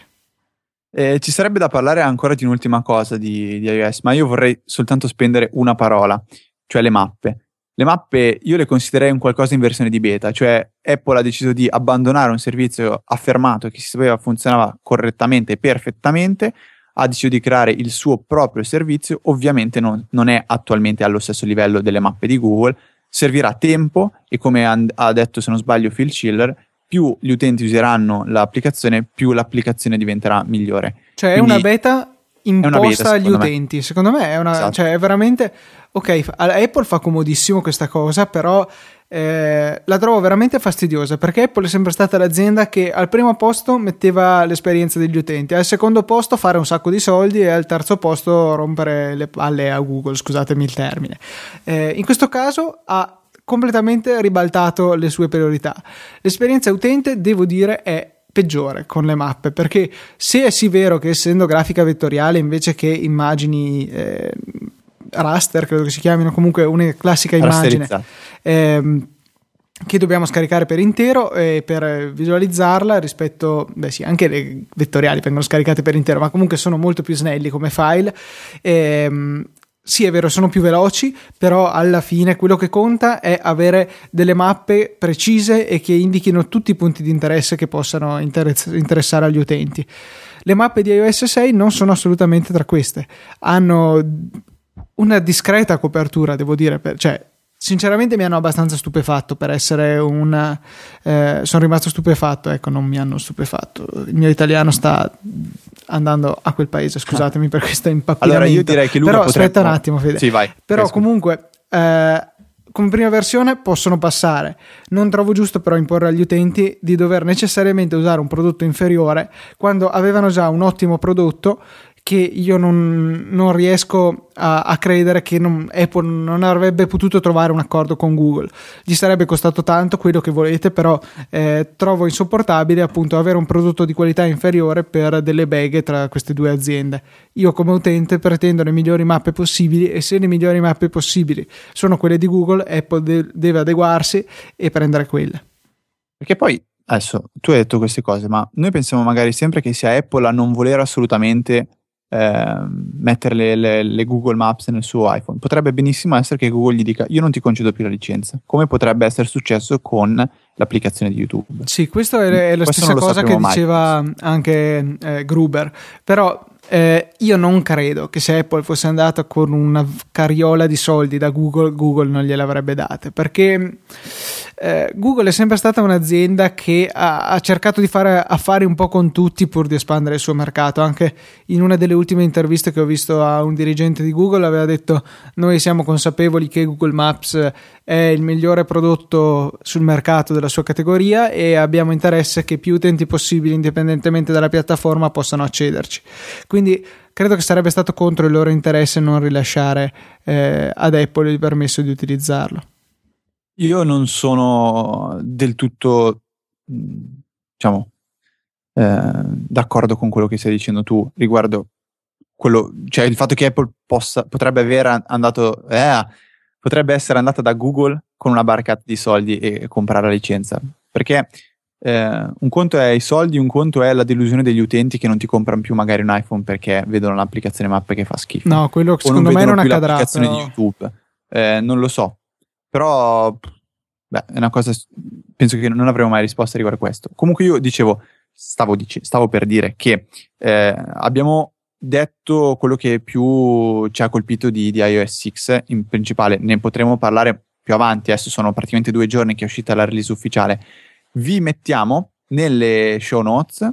Ci sarebbe da parlare ancora di un'ultima cosa di iOS, ma io vorrei soltanto spendere una parola, cioè le mappe. Le mappe io le considererei un qualcosa in versione di beta, cioè Apple ha deciso di abbandonare un servizio affermato che si sapeva funzionava correttamente e perfettamente, ha deciso di creare il suo proprio servizio. Ovviamente non è attualmente allo stesso livello delle mappe di Google, servirà tempo e, come ha detto se non sbaglio Phil Schiller, più gli utenti useranno l'applicazione, più l'applicazione diventerà migliore. Cioè quindi è una beta imposta agli utenti. Secondo me è esatto. Cioè è veramente ok. Apple fa comodissimo questa cosa, però la trovo veramente fastidiosa, perché Apple è sempre stata l'azienda che al primo posto metteva l'esperienza degli utenti, al secondo posto fare un sacco di soldi e al terzo posto rompere le palle a Google, scusatemi il termine. In questo caso ha completamente ribaltato le sue priorità. L'esperienza utente, devo dire, è peggiore con le mappe, perché se è sì vero che essendo grafica vettoriale invece che immagini raster, credo che si chiamino, comunque una classica immagine che dobbiamo scaricare per intero per visualizzarla rispetto, anche le vettoriali vengono scaricate per intero, ma comunque sono molto più snelli come file. Sì, è vero, sono più veloci, però alla fine quello che conta è avere delle mappe precise e che indichino tutti i punti di interesse che possano interessare agli utenti. Le mappe di iOS 6 non sono assolutamente tra queste. Hanno una discreta copertura, devo dire, sinceramente mi hanno abbastanza stupefatto per essere sono rimasto stupefatto, ecco, non mi hanno stupefatto. Il mio italiano sta andando a quel paese, scusatemi per questo impappinamento. Allora io direi che Luca però aspetta un attimo, Fede. Sì, vai. Però comunque come prima versione possono passare. Non trovo giusto però imporre agli utenti di dover necessariamente usare un prodotto inferiore quando avevano già un ottimo prodotto che io non riesco a credere che Apple non avrebbe potuto trovare un accordo con Google. Gli sarebbe costato tanto quello che volete, però trovo insopportabile appunto avere un prodotto di qualità inferiore per delle beghe tra queste due aziende. Io come utente pretendo le migliori mappe possibili, e se le migliori mappe possibili sono quelle di Google, Apple deve adeguarsi e prendere quelle. Perché poi, adesso, tu hai detto queste cose, ma noi pensiamo magari sempre che sia Apple a non volere assolutamente mettere le Google Maps nel suo iPhone. Potrebbe benissimo essere che Google gli dica: io non ti concedo più la licenza, come potrebbe essere successo con l'applicazione di YouTube. Sì, questo è la stessa cosa che diceva anche Gruber, però io non credo che se Apple fosse andata con una carriola di soldi da Google non gliele avrebbe date, perché Google è sempre stata un'azienda che ha cercato di fare affari un po' con tutti pur di espandere il suo mercato. Anche in una delle ultime interviste che ho visto a un dirigente di Google aveva detto: noi siamo consapevoli che Google Maps è il migliore prodotto sul mercato della sua categoria e abbiamo interesse che più utenti possibili, indipendentemente dalla piattaforma, possano accederci. Quindi credo che sarebbe stato contro il loro interesse non rilasciare ad Apple il permesso di utilizzarlo. Io non sono del tutto, diciamo, d'accordo con quello che stai dicendo tu riguardo quello, cioè il fatto che Apple potrebbe essere andata da Google con una barcata di soldi e comprare la licenza, perché un conto è i soldi, un conto è la delusione degli utenti che non ti comprano più magari un iPhone perché vedono l'applicazione mappe che fa schifo. No, quello secondo me non accadrà. L'applicazione di YouTube, non lo so. Però, beh, è una cosa. Penso che non avremo mai risposta riguardo a questo. Comunque, io stavo per dire che abbiamo detto quello che più ci ha colpito di iOS 6 in principale. Ne potremo parlare più avanti. Adesso sono praticamente 2 giorni che è uscita la release ufficiale. Vi mettiamo nelle show notes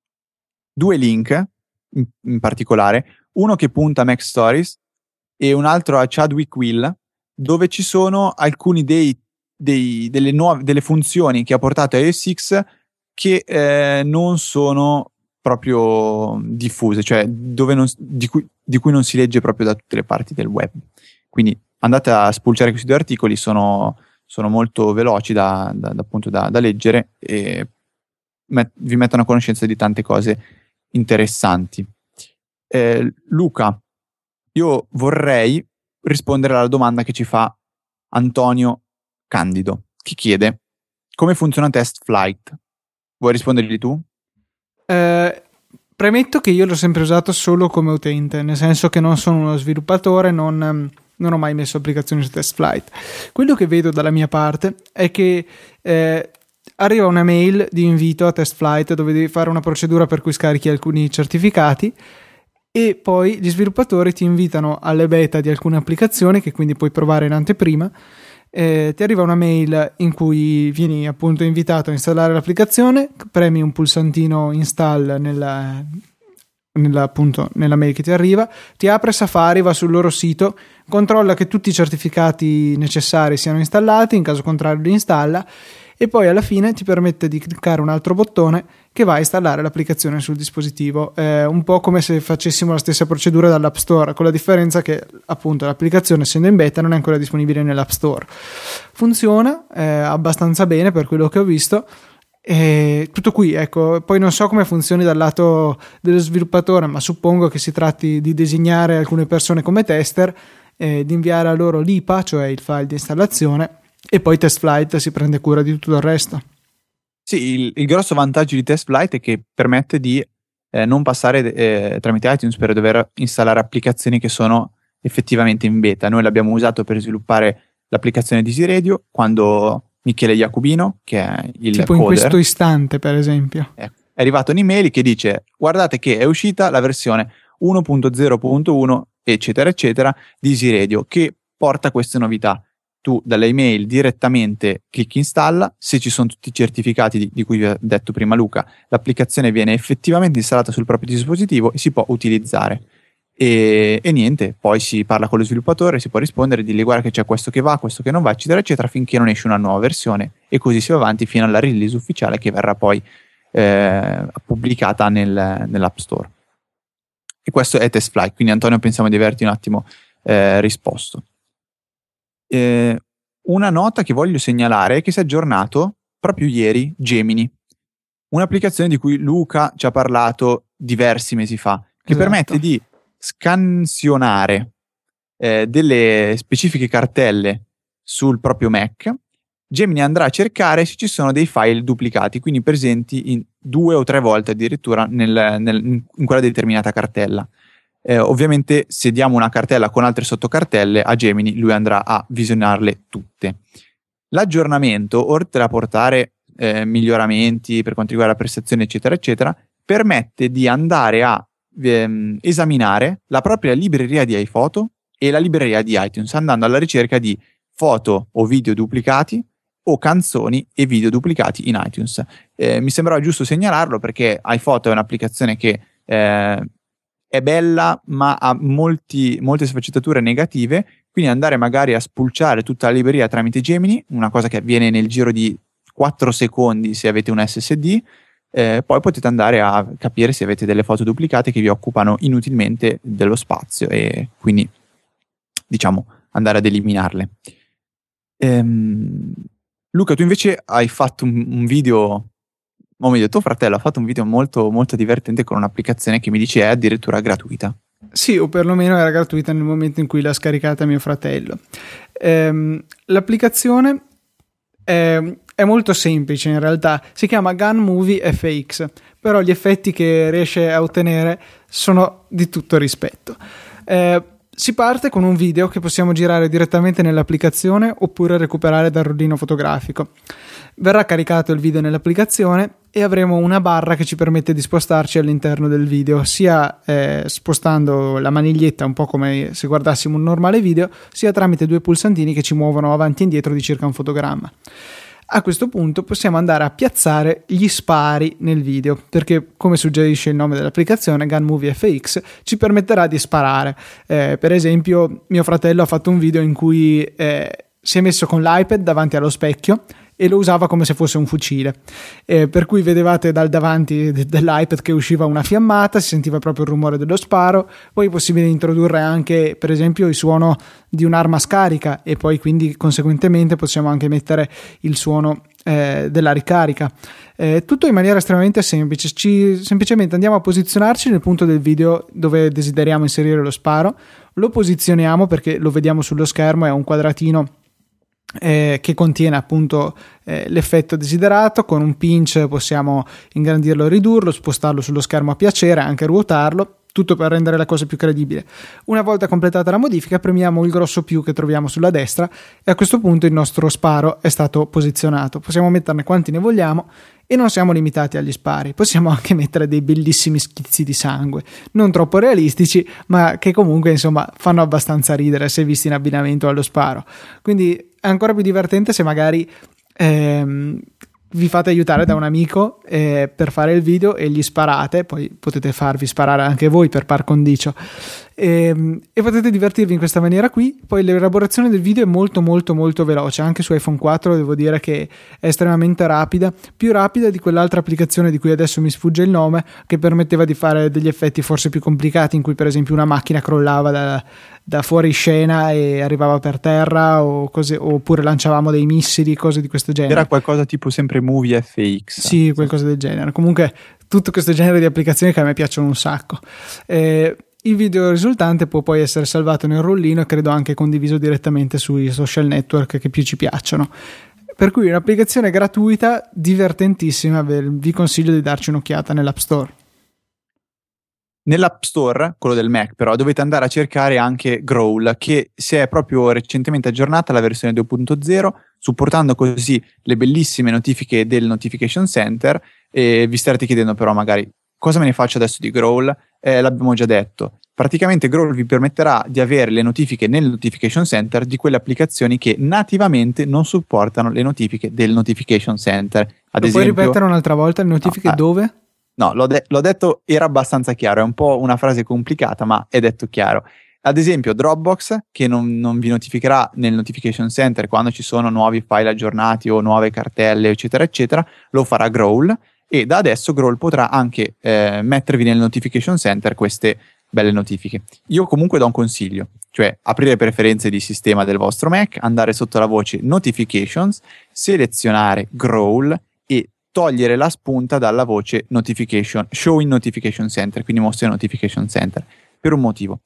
2 link in particolare, uno che punta a Mac Stories e un altro a Chadwick Will, dove ci sono alcuni delle funzioni che ha portato iOS 6 che non sono proprio diffuse, cioè di cui non si legge proprio da tutte le parti del web. Quindi andate a spulciare questi 2 articoli, sono molto veloci da leggere e vi mettono a conoscenza di tante cose interessanti. Luca, io vorrei rispondere alla domanda che ci fa Antonio Candido, che chiede: come funziona Test Flight? Vuoi rispondergli tu? Premetto che io l'ho sempre usato solo come utente, nel senso che non sono uno sviluppatore, non ho mai messo applicazioni su Test Flight. Quello che vedo dalla mia parte è che arriva una mail di invito a Test Flight dove devi fare una procedura per cui scarichi alcuni certificati e poi gli sviluppatori ti invitano alle beta di alcune applicazioni che quindi puoi provare in anteprima. Ti arriva una mail in cui vieni appunto invitato a installare l'applicazione, premi un pulsantino install nella mail che ti arriva, ti apre Safari, va sul loro sito, controlla che tutti i certificati necessari siano installati, in caso contrario li installa e poi alla fine ti permette di cliccare un altro bottone che va a installare l'applicazione sul dispositivo. Un po' come se facessimo la stessa procedura dall'App Store, con la differenza che appunto l'applicazione, essendo in beta, non è ancora disponibile nell'App Store. Funziona abbastanza bene per quello che ho visto. E tutto qui, ecco. Poi non so come funzioni dal lato dello sviluppatore, ma suppongo che si tratti di designare alcune persone come tester, di inviare a loro l'IPA, cioè il file di installazione, e poi Test Flight si prende cura di tutto il resto. Sì, il grosso vantaggio di Test Flight è che permette di non passare tramite iTunes per dover installare applicazioni che sono effettivamente in beta. Noi l'abbiamo usato per sviluppare l'applicazione di Easy Radio quando Michele Iacobino, che è il tipo coder, in questo istante per esempio, è arrivato un'email che dice: guardate che è uscita la versione 1.0.1 eccetera eccetera di Easy Radio, che porta queste novità. Tu dall'email direttamente clicchi installa, se ci sono tutti i certificati di cui vi ha detto prima Luca, l'applicazione viene effettivamente installata sul proprio dispositivo e si può utilizzare. E niente, poi si parla con lo sviluppatore, si può rispondere, dirgli: guarda che c'è questo che va, questo che non va, eccetera eccetera, finché non esce una nuova versione, e così si va avanti fino alla release ufficiale che verrà poi pubblicata nell'App Store. E questo è TestFlight, quindi Antonio pensiamo di averti un attimo risposto. Una nota che voglio segnalare è che si è aggiornato proprio ieri Gemini, un'applicazione di cui Luca ci ha parlato diversi mesi fa, che permette di scansionare delle specifiche cartelle sul proprio Mac. Gemini andrà a cercare se ci sono dei file duplicati, quindi presenti in 2 o 3 volte addirittura in quella determinata cartella. Ovviamente se diamo una cartella con altre sottocartelle a Gemini, lui andrà a visionarle tutte. L'aggiornamento, oltre a portare miglioramenti per quanto riguarda la prestazione eccetera eccetera, permette di andare a esaminare la propria libreria di iPhoto e la libreria di iTunes, andando alla ricerca di foto o video duplicati o canzoni e video duplicati in iTunes. Mi sembrava giusto segnalarlo perché iPhoto è un'applicazione che è bella ma ha molte sfaccettature negative, quindi andare magari a spulciare tutta la libreria tramite Gemini, una cosa che avviene nel giro di 4 secondi se avete un SSD, poi potete andare a capire se avete delle foto duplicate che vi occupano inutilmente dello spazio e quindi diciamo andare ad eliminarle. Luca, tu invece hai fatto un video, o meglio tuo fratello ha fatto un video molto molto divertente con un'applicazione che mi dice è addirittura gratuita. Sì, o perlomeno era gratuita nel momento in cui l'ha scaricata mio fratello. L'applicazione è molto semplice in realtà, si chiama Gun Movie FX, però gli effetti che riesce a ottenere sono di tutto rispetto. Si parte con un video che possiamo girare direttamente nell'applicazione oppure recuperare dal rullino fotografico. Verrà caricato il video nell'applicazione e avremo una barra che ci permette di spostarci all'interno del video, sia spostando la maniglietta un po' come se guardassimo un normale video, sia tramite 2 pulsantini che ci muovono avanti e indietro di circa un fotogramma. A questo punto possiamo andare a piazzare gli spari nel video, perché come suggerisce il nome dell'applicazione, Gun Movie FX ci permetterà di sparare. Per esempio mio fratello ha fatto un video in cui si è messo con l'iPad davanti allo specchio e lo usava come se fosse un fucile, per cui vedevate dal davanti dell'iPad che usciva una fiammata, si sentiva proprio il rumore dello sparo. Poi è possibile introdurre anche per esempio il suono di un'arma scarica e poi quindi conseguentemente possiamo anche mettere il suono della ricarica, tutto in maniera estremamente semplice. Semplicemente andiamo a posizionarci nel punto del video dove desideriamo inserire lo sparo, lo posizioniamo perché lo vediamo sullo schermo, è un quadratino che contiene appunto l'effetto desiderato. Con un pinch possiamo ingrandirlo o ridurlo, spostarlo sullo schermo a piacere, anche ruotarlo, tutto per rendere la cosa più credibile. Una volta completata la modifica premiamo il grosso più che troviamo sulla destra e a questo punto il nostro sparo è stato posizionato. Possiamo metterne quanti ne vogliamo e non siamo limitati agli spari, possiamo anche mettere dei bellissimi schizzi di sangue, non troppo realistici ma che comunque insomma fanno abbastanza ridere se visti in abbinamento allo sparo. Quindi è ancora più divertente se magari vi fate aiutare da un amico per fare il video e gli sparate, poi potete farvi sparare anche voi per par condicio e potete divertirvi in questa maniera qui. Poi l'elaborazione del video è molto molto molto veloce, anche su iPhone 4 devo dire che è estremamente rapida, più rapida di quell'altra applicazione di cui adesso mi sfugge il nome, che permetteva di fare degli effetti forse più complicati, in cui per esempio una macchina crollava da fuori scena e arrivava per terra o cose, oppure lanciavamo dei missili, cose di questo genere. Era qualcosa tipo sempre Movie FX. Sì, qualcosa del genere. Comunque tutto questo genere di applicazioni che a me piacciono un sacco. Il video risultante può poi essere salvato nel rullino e credo anche condiviso direttamente sui social network che più ci piacciono. Per cui è un'applicazione gratuita, divertentissima, vi consiglio di darci un'occhiata nell'App Store. Nell'App Store, quello del Mac, però dovete andare a cercare anche Growl, che si è proprio recentemente aggiornata alla versione 2.0, supportando così le bellissime notifiche del Notification Center. E vi starete chiedendo però magari cosa me ne faccio adesso di Growl? L'abbiamo già detto. Praticamente Growl vi permetterà di avere le notifiche nel Notification Center di quelle applicazioni che nativamente non supportano le notifiche del Notification Center. Ad esempio, puoi ripetere un'altra volta le notifiche dove? No, l'ho detto, era abbastanza chiaro, è un po' una frase complicata, ma è detto chiaro. Ad esempio Dropbox, che non vi notificherà nel Notification Center quando ci sono nuovi file aggiornati o nuove cartelle, eccetera, eccetera, lo farà Growl, e da adesso Growl potrà anche mettervi nel Notification Center queste belle notifiche. Io comunque do un consiglio, cioè aprire le preferenze di sistema del vostro Mac, andare sotto la voce Notifications, selezionare Growl e togliere la spunta dalla voce Notification, Show in Notification Center, quindi mostra in Notification Center, per un motivo.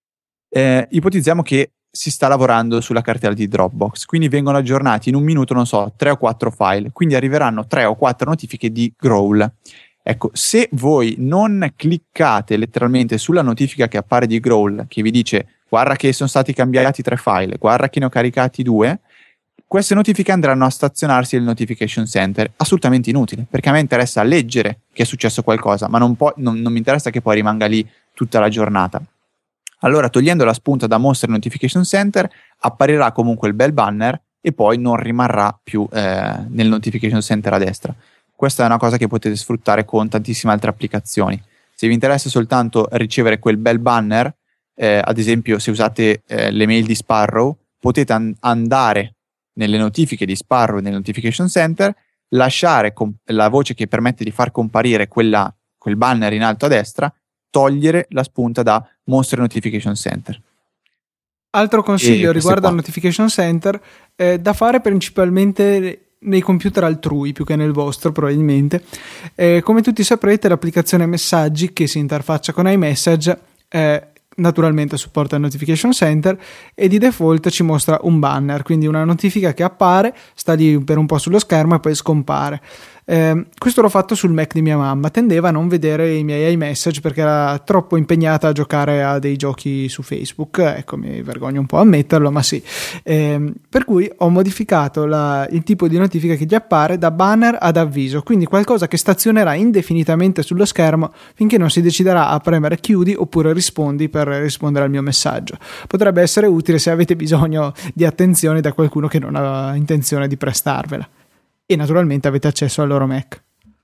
Ipotizziamo che si sta lavorando sulla cartella di Dropbox, quindi vengono aggiornati in un minuto, non so, 3 o 4 file, quindi arriveranno 3 o 4 notifiche di Growl. Ecco, se voi non cliccate letteralmente sulla notifica che appare di Growl, che vi dice guarda che sono stati cambiati 3 file, guarda che ne ho caricati 2, queste notifiche andranno a stazionarsi nel Notification Center. Assolutamente inutile, perché a me interessa leggere che è successo qualcosa, ma non mi interessa che poi rimanga lì tutta la giornata. Allora, togliendo la spunta da Mostra Notification Center, apparirà comunque il bel banner e poi non rimarrà più nel Notification Center a destra. Questa è una cosa che potete sfruttare con tantissime altre applicazioni. Se vi interessa soltanto ricevere quel bel banner, ad esempio se usate le mail di Sparrow, potete andare nelle notifiche di Sparrow nel Notification Center, lasciare la voce che permette di far comparire quel banner in alto a destra, togliere la spunta da Mostra Notification Center. Altro consiglio riguardo al Notification Center, da fare principalmente nei computer altrui più che nel vostro probabilmente. Come tutti saprete, l'applicazione Messaggi che si interfaccia con iMessage naturalmente supporta il Notification Center e di default ci mostra un banner, quindi una notifica che appare, sta lì per un po' sullo schermo e poi scompare. Questo l'ho fatto sul Mac di mia mamma, tendeva a non vedere i miei iMessage perché era troppo impegnata a giocare a dei giochi su Facebook, ecco, mi vergogno un po' a ammetterlo, ma sì. Per cui ho modificato il tipo di notifica che gli appare da banner ad avviso, quindi qualcosa che stazionerà indefinitamente sullo schermo finché non si deciderà a premere chiudi oppure rispondi per rispondere al mio messaggio. Potrebbe essere utile se avete bisogno di attenzione da qualcuno che non ha intenzione di prestarvela. E naturalmente avete accesso al loro Mac.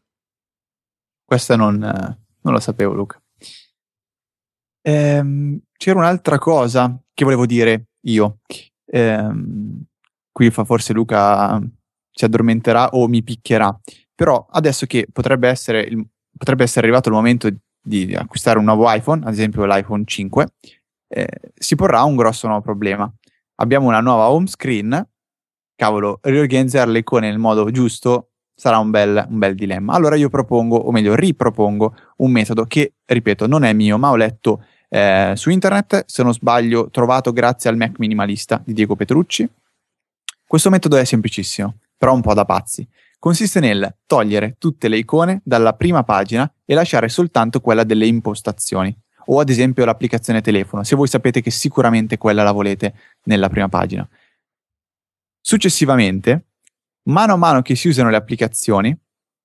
Questa non lo sapevo, Luca. C'era un'altra cosa che volevo dire io. Qui forse Luca si addormenterà o mi picchierà. Però adesso che potrebbe essere arrivato il momento di acquistare un nuovo iPhone, ad esempio l'iPhone 5, si porrà un grosso nuovo problema. Abbiamo una nuova home screen. Cavolo, riorganizzare le icone nel modo giusto sarà un bel dilemma. Allora io ripropongo un metodo che, ripeto, non è mio, ma ho letto su internet, se non sbaglio, trovato grazie al Mac Minimalista di Diego Petrucci. Questo metodo è semplicissimo, però un po' da pazzi. Consiste nel togliere tutte le icone dalla prima pagina e lasciare soltanto quella delle impostazioni, o ad esempio l'applicazione telefono, se voi sapete che sicuramente quella la volete nella prima pagina. Successivamente, mano a mano che si usano le applicazioni,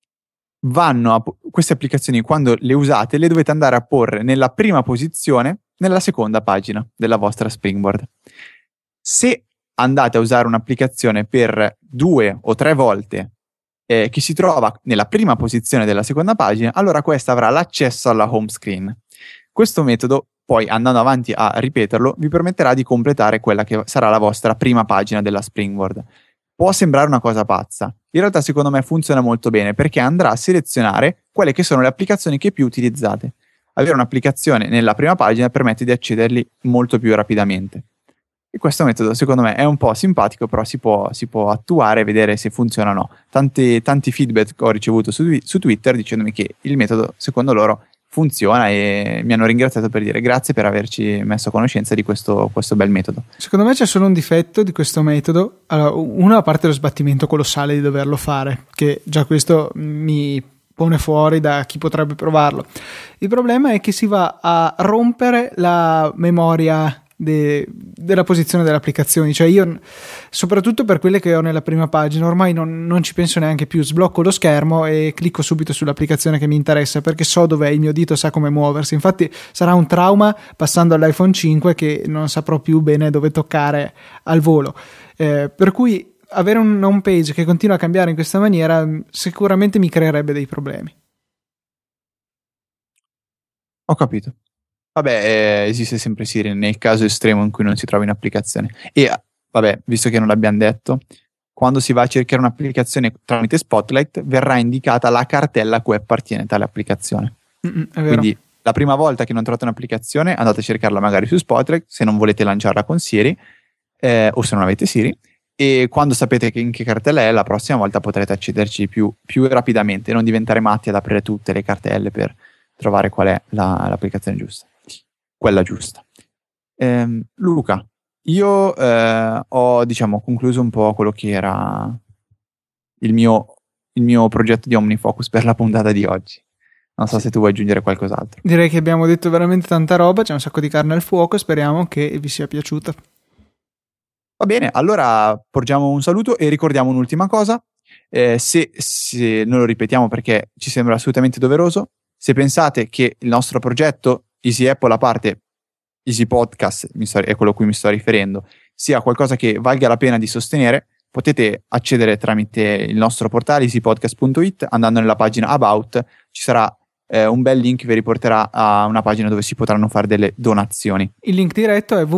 queste applicazioni, quando le usate, le dovete andare a porre nella prima posizione nella seconda pagina della vostra Springboard. Se andate a usare un'applicazione per 2 o 3 volte che si trova nella prima posizione della seconda pagina, allora questa avrà l'accesso alla home screen. Questo metodo, poi andando avanti a ripeterlo, vi permetterà di completare quella che sarà la vostra prima pagina della Springboard. Può sembrare una cosa pazza, in realtà secondo me funziona molto bene perché andrà a selezionare quelle che sono le applicazioni che più utilizzate. Avere un'applicazione nella prima pagina permette di accederli molto più rapidamente. E questo metodo secondo me è un po' simpatico, però si può attuare e vedere se funziona o no. Tanti feedback ho ricevuto su Twitter dicendomi che il metodo secondo loro funziona e mi hanno ringraziato per dire grazie per averci messo a conoscenza di questo bel metodo. Secondo me c'è solo un difetto di questo metodo. Allora, uno, a parte lo sbattimento colossale di doverlo fare, che già questo mi pone fuori da chi potrebbe provarlo. Il problema è che si va a rompere la memoria della posizione delle applicazioni, cioè io, soprattutto per quelle che ho nella prima pagina, ormai non ci penso neanche più, sblocco lo schermo e clicco subito sull'applicazione che mi interessa perché so dov'è, il mio dito sa come muoversi. Infatti sarà un trauma passando all'iPhone 5 che non saprò più bene dove toccare al volo, per cui avere un home page che continua a cambiare in questa maniera sicuramente mi creerebbe dei problemi. Ho capito. Vabbè, esiste sempre Siri nel caso estremo in cui non si trovi un'applicazione. E vabbè, visto che non l'abbiamo detto, quando si va a cercare un'applicazione tramite Spotlight verrà indicata la cartella a cui appartiene tale applicazione. È vero. Quindi la prima volta che non trovate un'applicazione andate a cercarla magari su Spotlight, se non volete lanciarla con Siri o se non avete Siri, e quando sapete in che cartella è, la prossima volta potrete accederci più rapidamente, non diventare matti ad aprire tutte le cartelle per trovare qual è l'applicazione giusta, quella giusta. Luca, io ho concluso un po' quello che era il mio progetto di OmniFocus per la puntata di oggi. Non so se tu vuoi aggiungere qualcos'altro. Direi che abbiamo detto veramente tanta roba, c'è un sacco di carne al fuoco, speriamo che vi sia piaciuta. Va bene, allora porgiamo un saluto e ricordiamo un'ultima cosa. Se noi lo ripetiamo perché ci sembra assolutamente doveroso, se pensate che il nostro progetto Easy Apple, a parte Easy Podcast, è quello a cui mi sto riferendo, sia qualcosa che valga la pena di sostenere, potete accedere tramite il nostro portale easypodcast.it, andando nella pagina About, ci sarà un bel link che vi riporterà a una pagina dove si potranno fare delle donazioni. Il link diretto è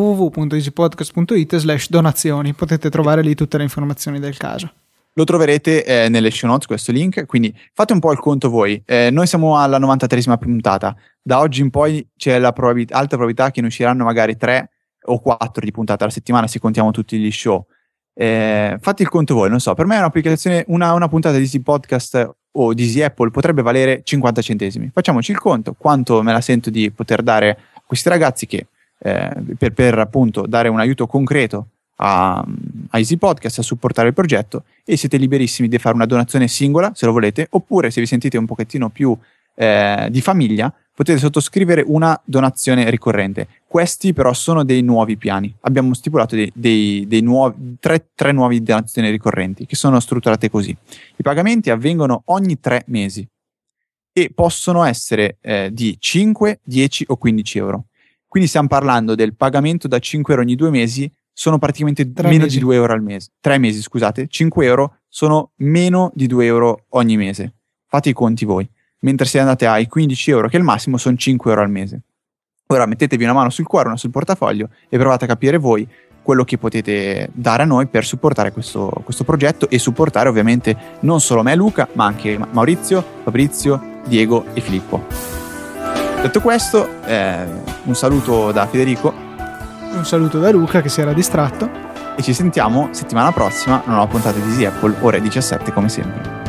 www.easypodcast.it/donazioni, potete trovare lì tutte le informazioni del caso. Lo troverete nelle show notes, questo link, quindi fate un po' il conto voi. Noi siamo alla 93esima puntata, da oggi in poi c'è la alta probabilità che ne usciranno magari 3 o 4 di puntate alla settimana se contiamo tutti gli show. Fate il conto voi, non so, per me è un'applicazione, una puntata di Easy Podcast o di Easy Apple potrebbe valere 50 centesimi. Facciamoci il conto, quanto me la sento di poter dare a questi ragazzi che per appunto dare un aiuto concreto a Easy Podcast, a supportare il progetto, e siete liberissimi di fare una donazione singola se lo volete, oppure se vi sentite un pochettino più di famiglia potete sottoscrivere una donazione ricorrente. Questi però sono dei nuovi piani, abbiamo stipulato dei nuovi, tre nuove donazioni ricorrenti che sono strutturate così. I pagamenti avvengono ogni 3 mesi e possono essere di 5, 10 o 15 euro. Quindi stiamo parlando del pagamento da 5 euro ogni 2 mesi, sono praticamente meno di 2 euro al mese. 3 mesi, scusate, 5 euro sono meno di 2 euro ogni mese. Fate i conti voi. Mentre se andate ai 15 euro, che è il massimo, sono 5 euro al mese. Ora mettetevi una mano sul cuore, una sul portafoglio e provate a capire voi quello che potete dare a noi per supportare questo progetto e supportare ovviamente non solo me e Luca, ma anche Maurizio, Fabrizio, Diego e Filippo. Detto questo, un saluto da Federico. Un saluto da Luca che si era distratto. E ci sentiamo settimana prossima, una nuova puntata di Easy Apple, ore 17 come sempre.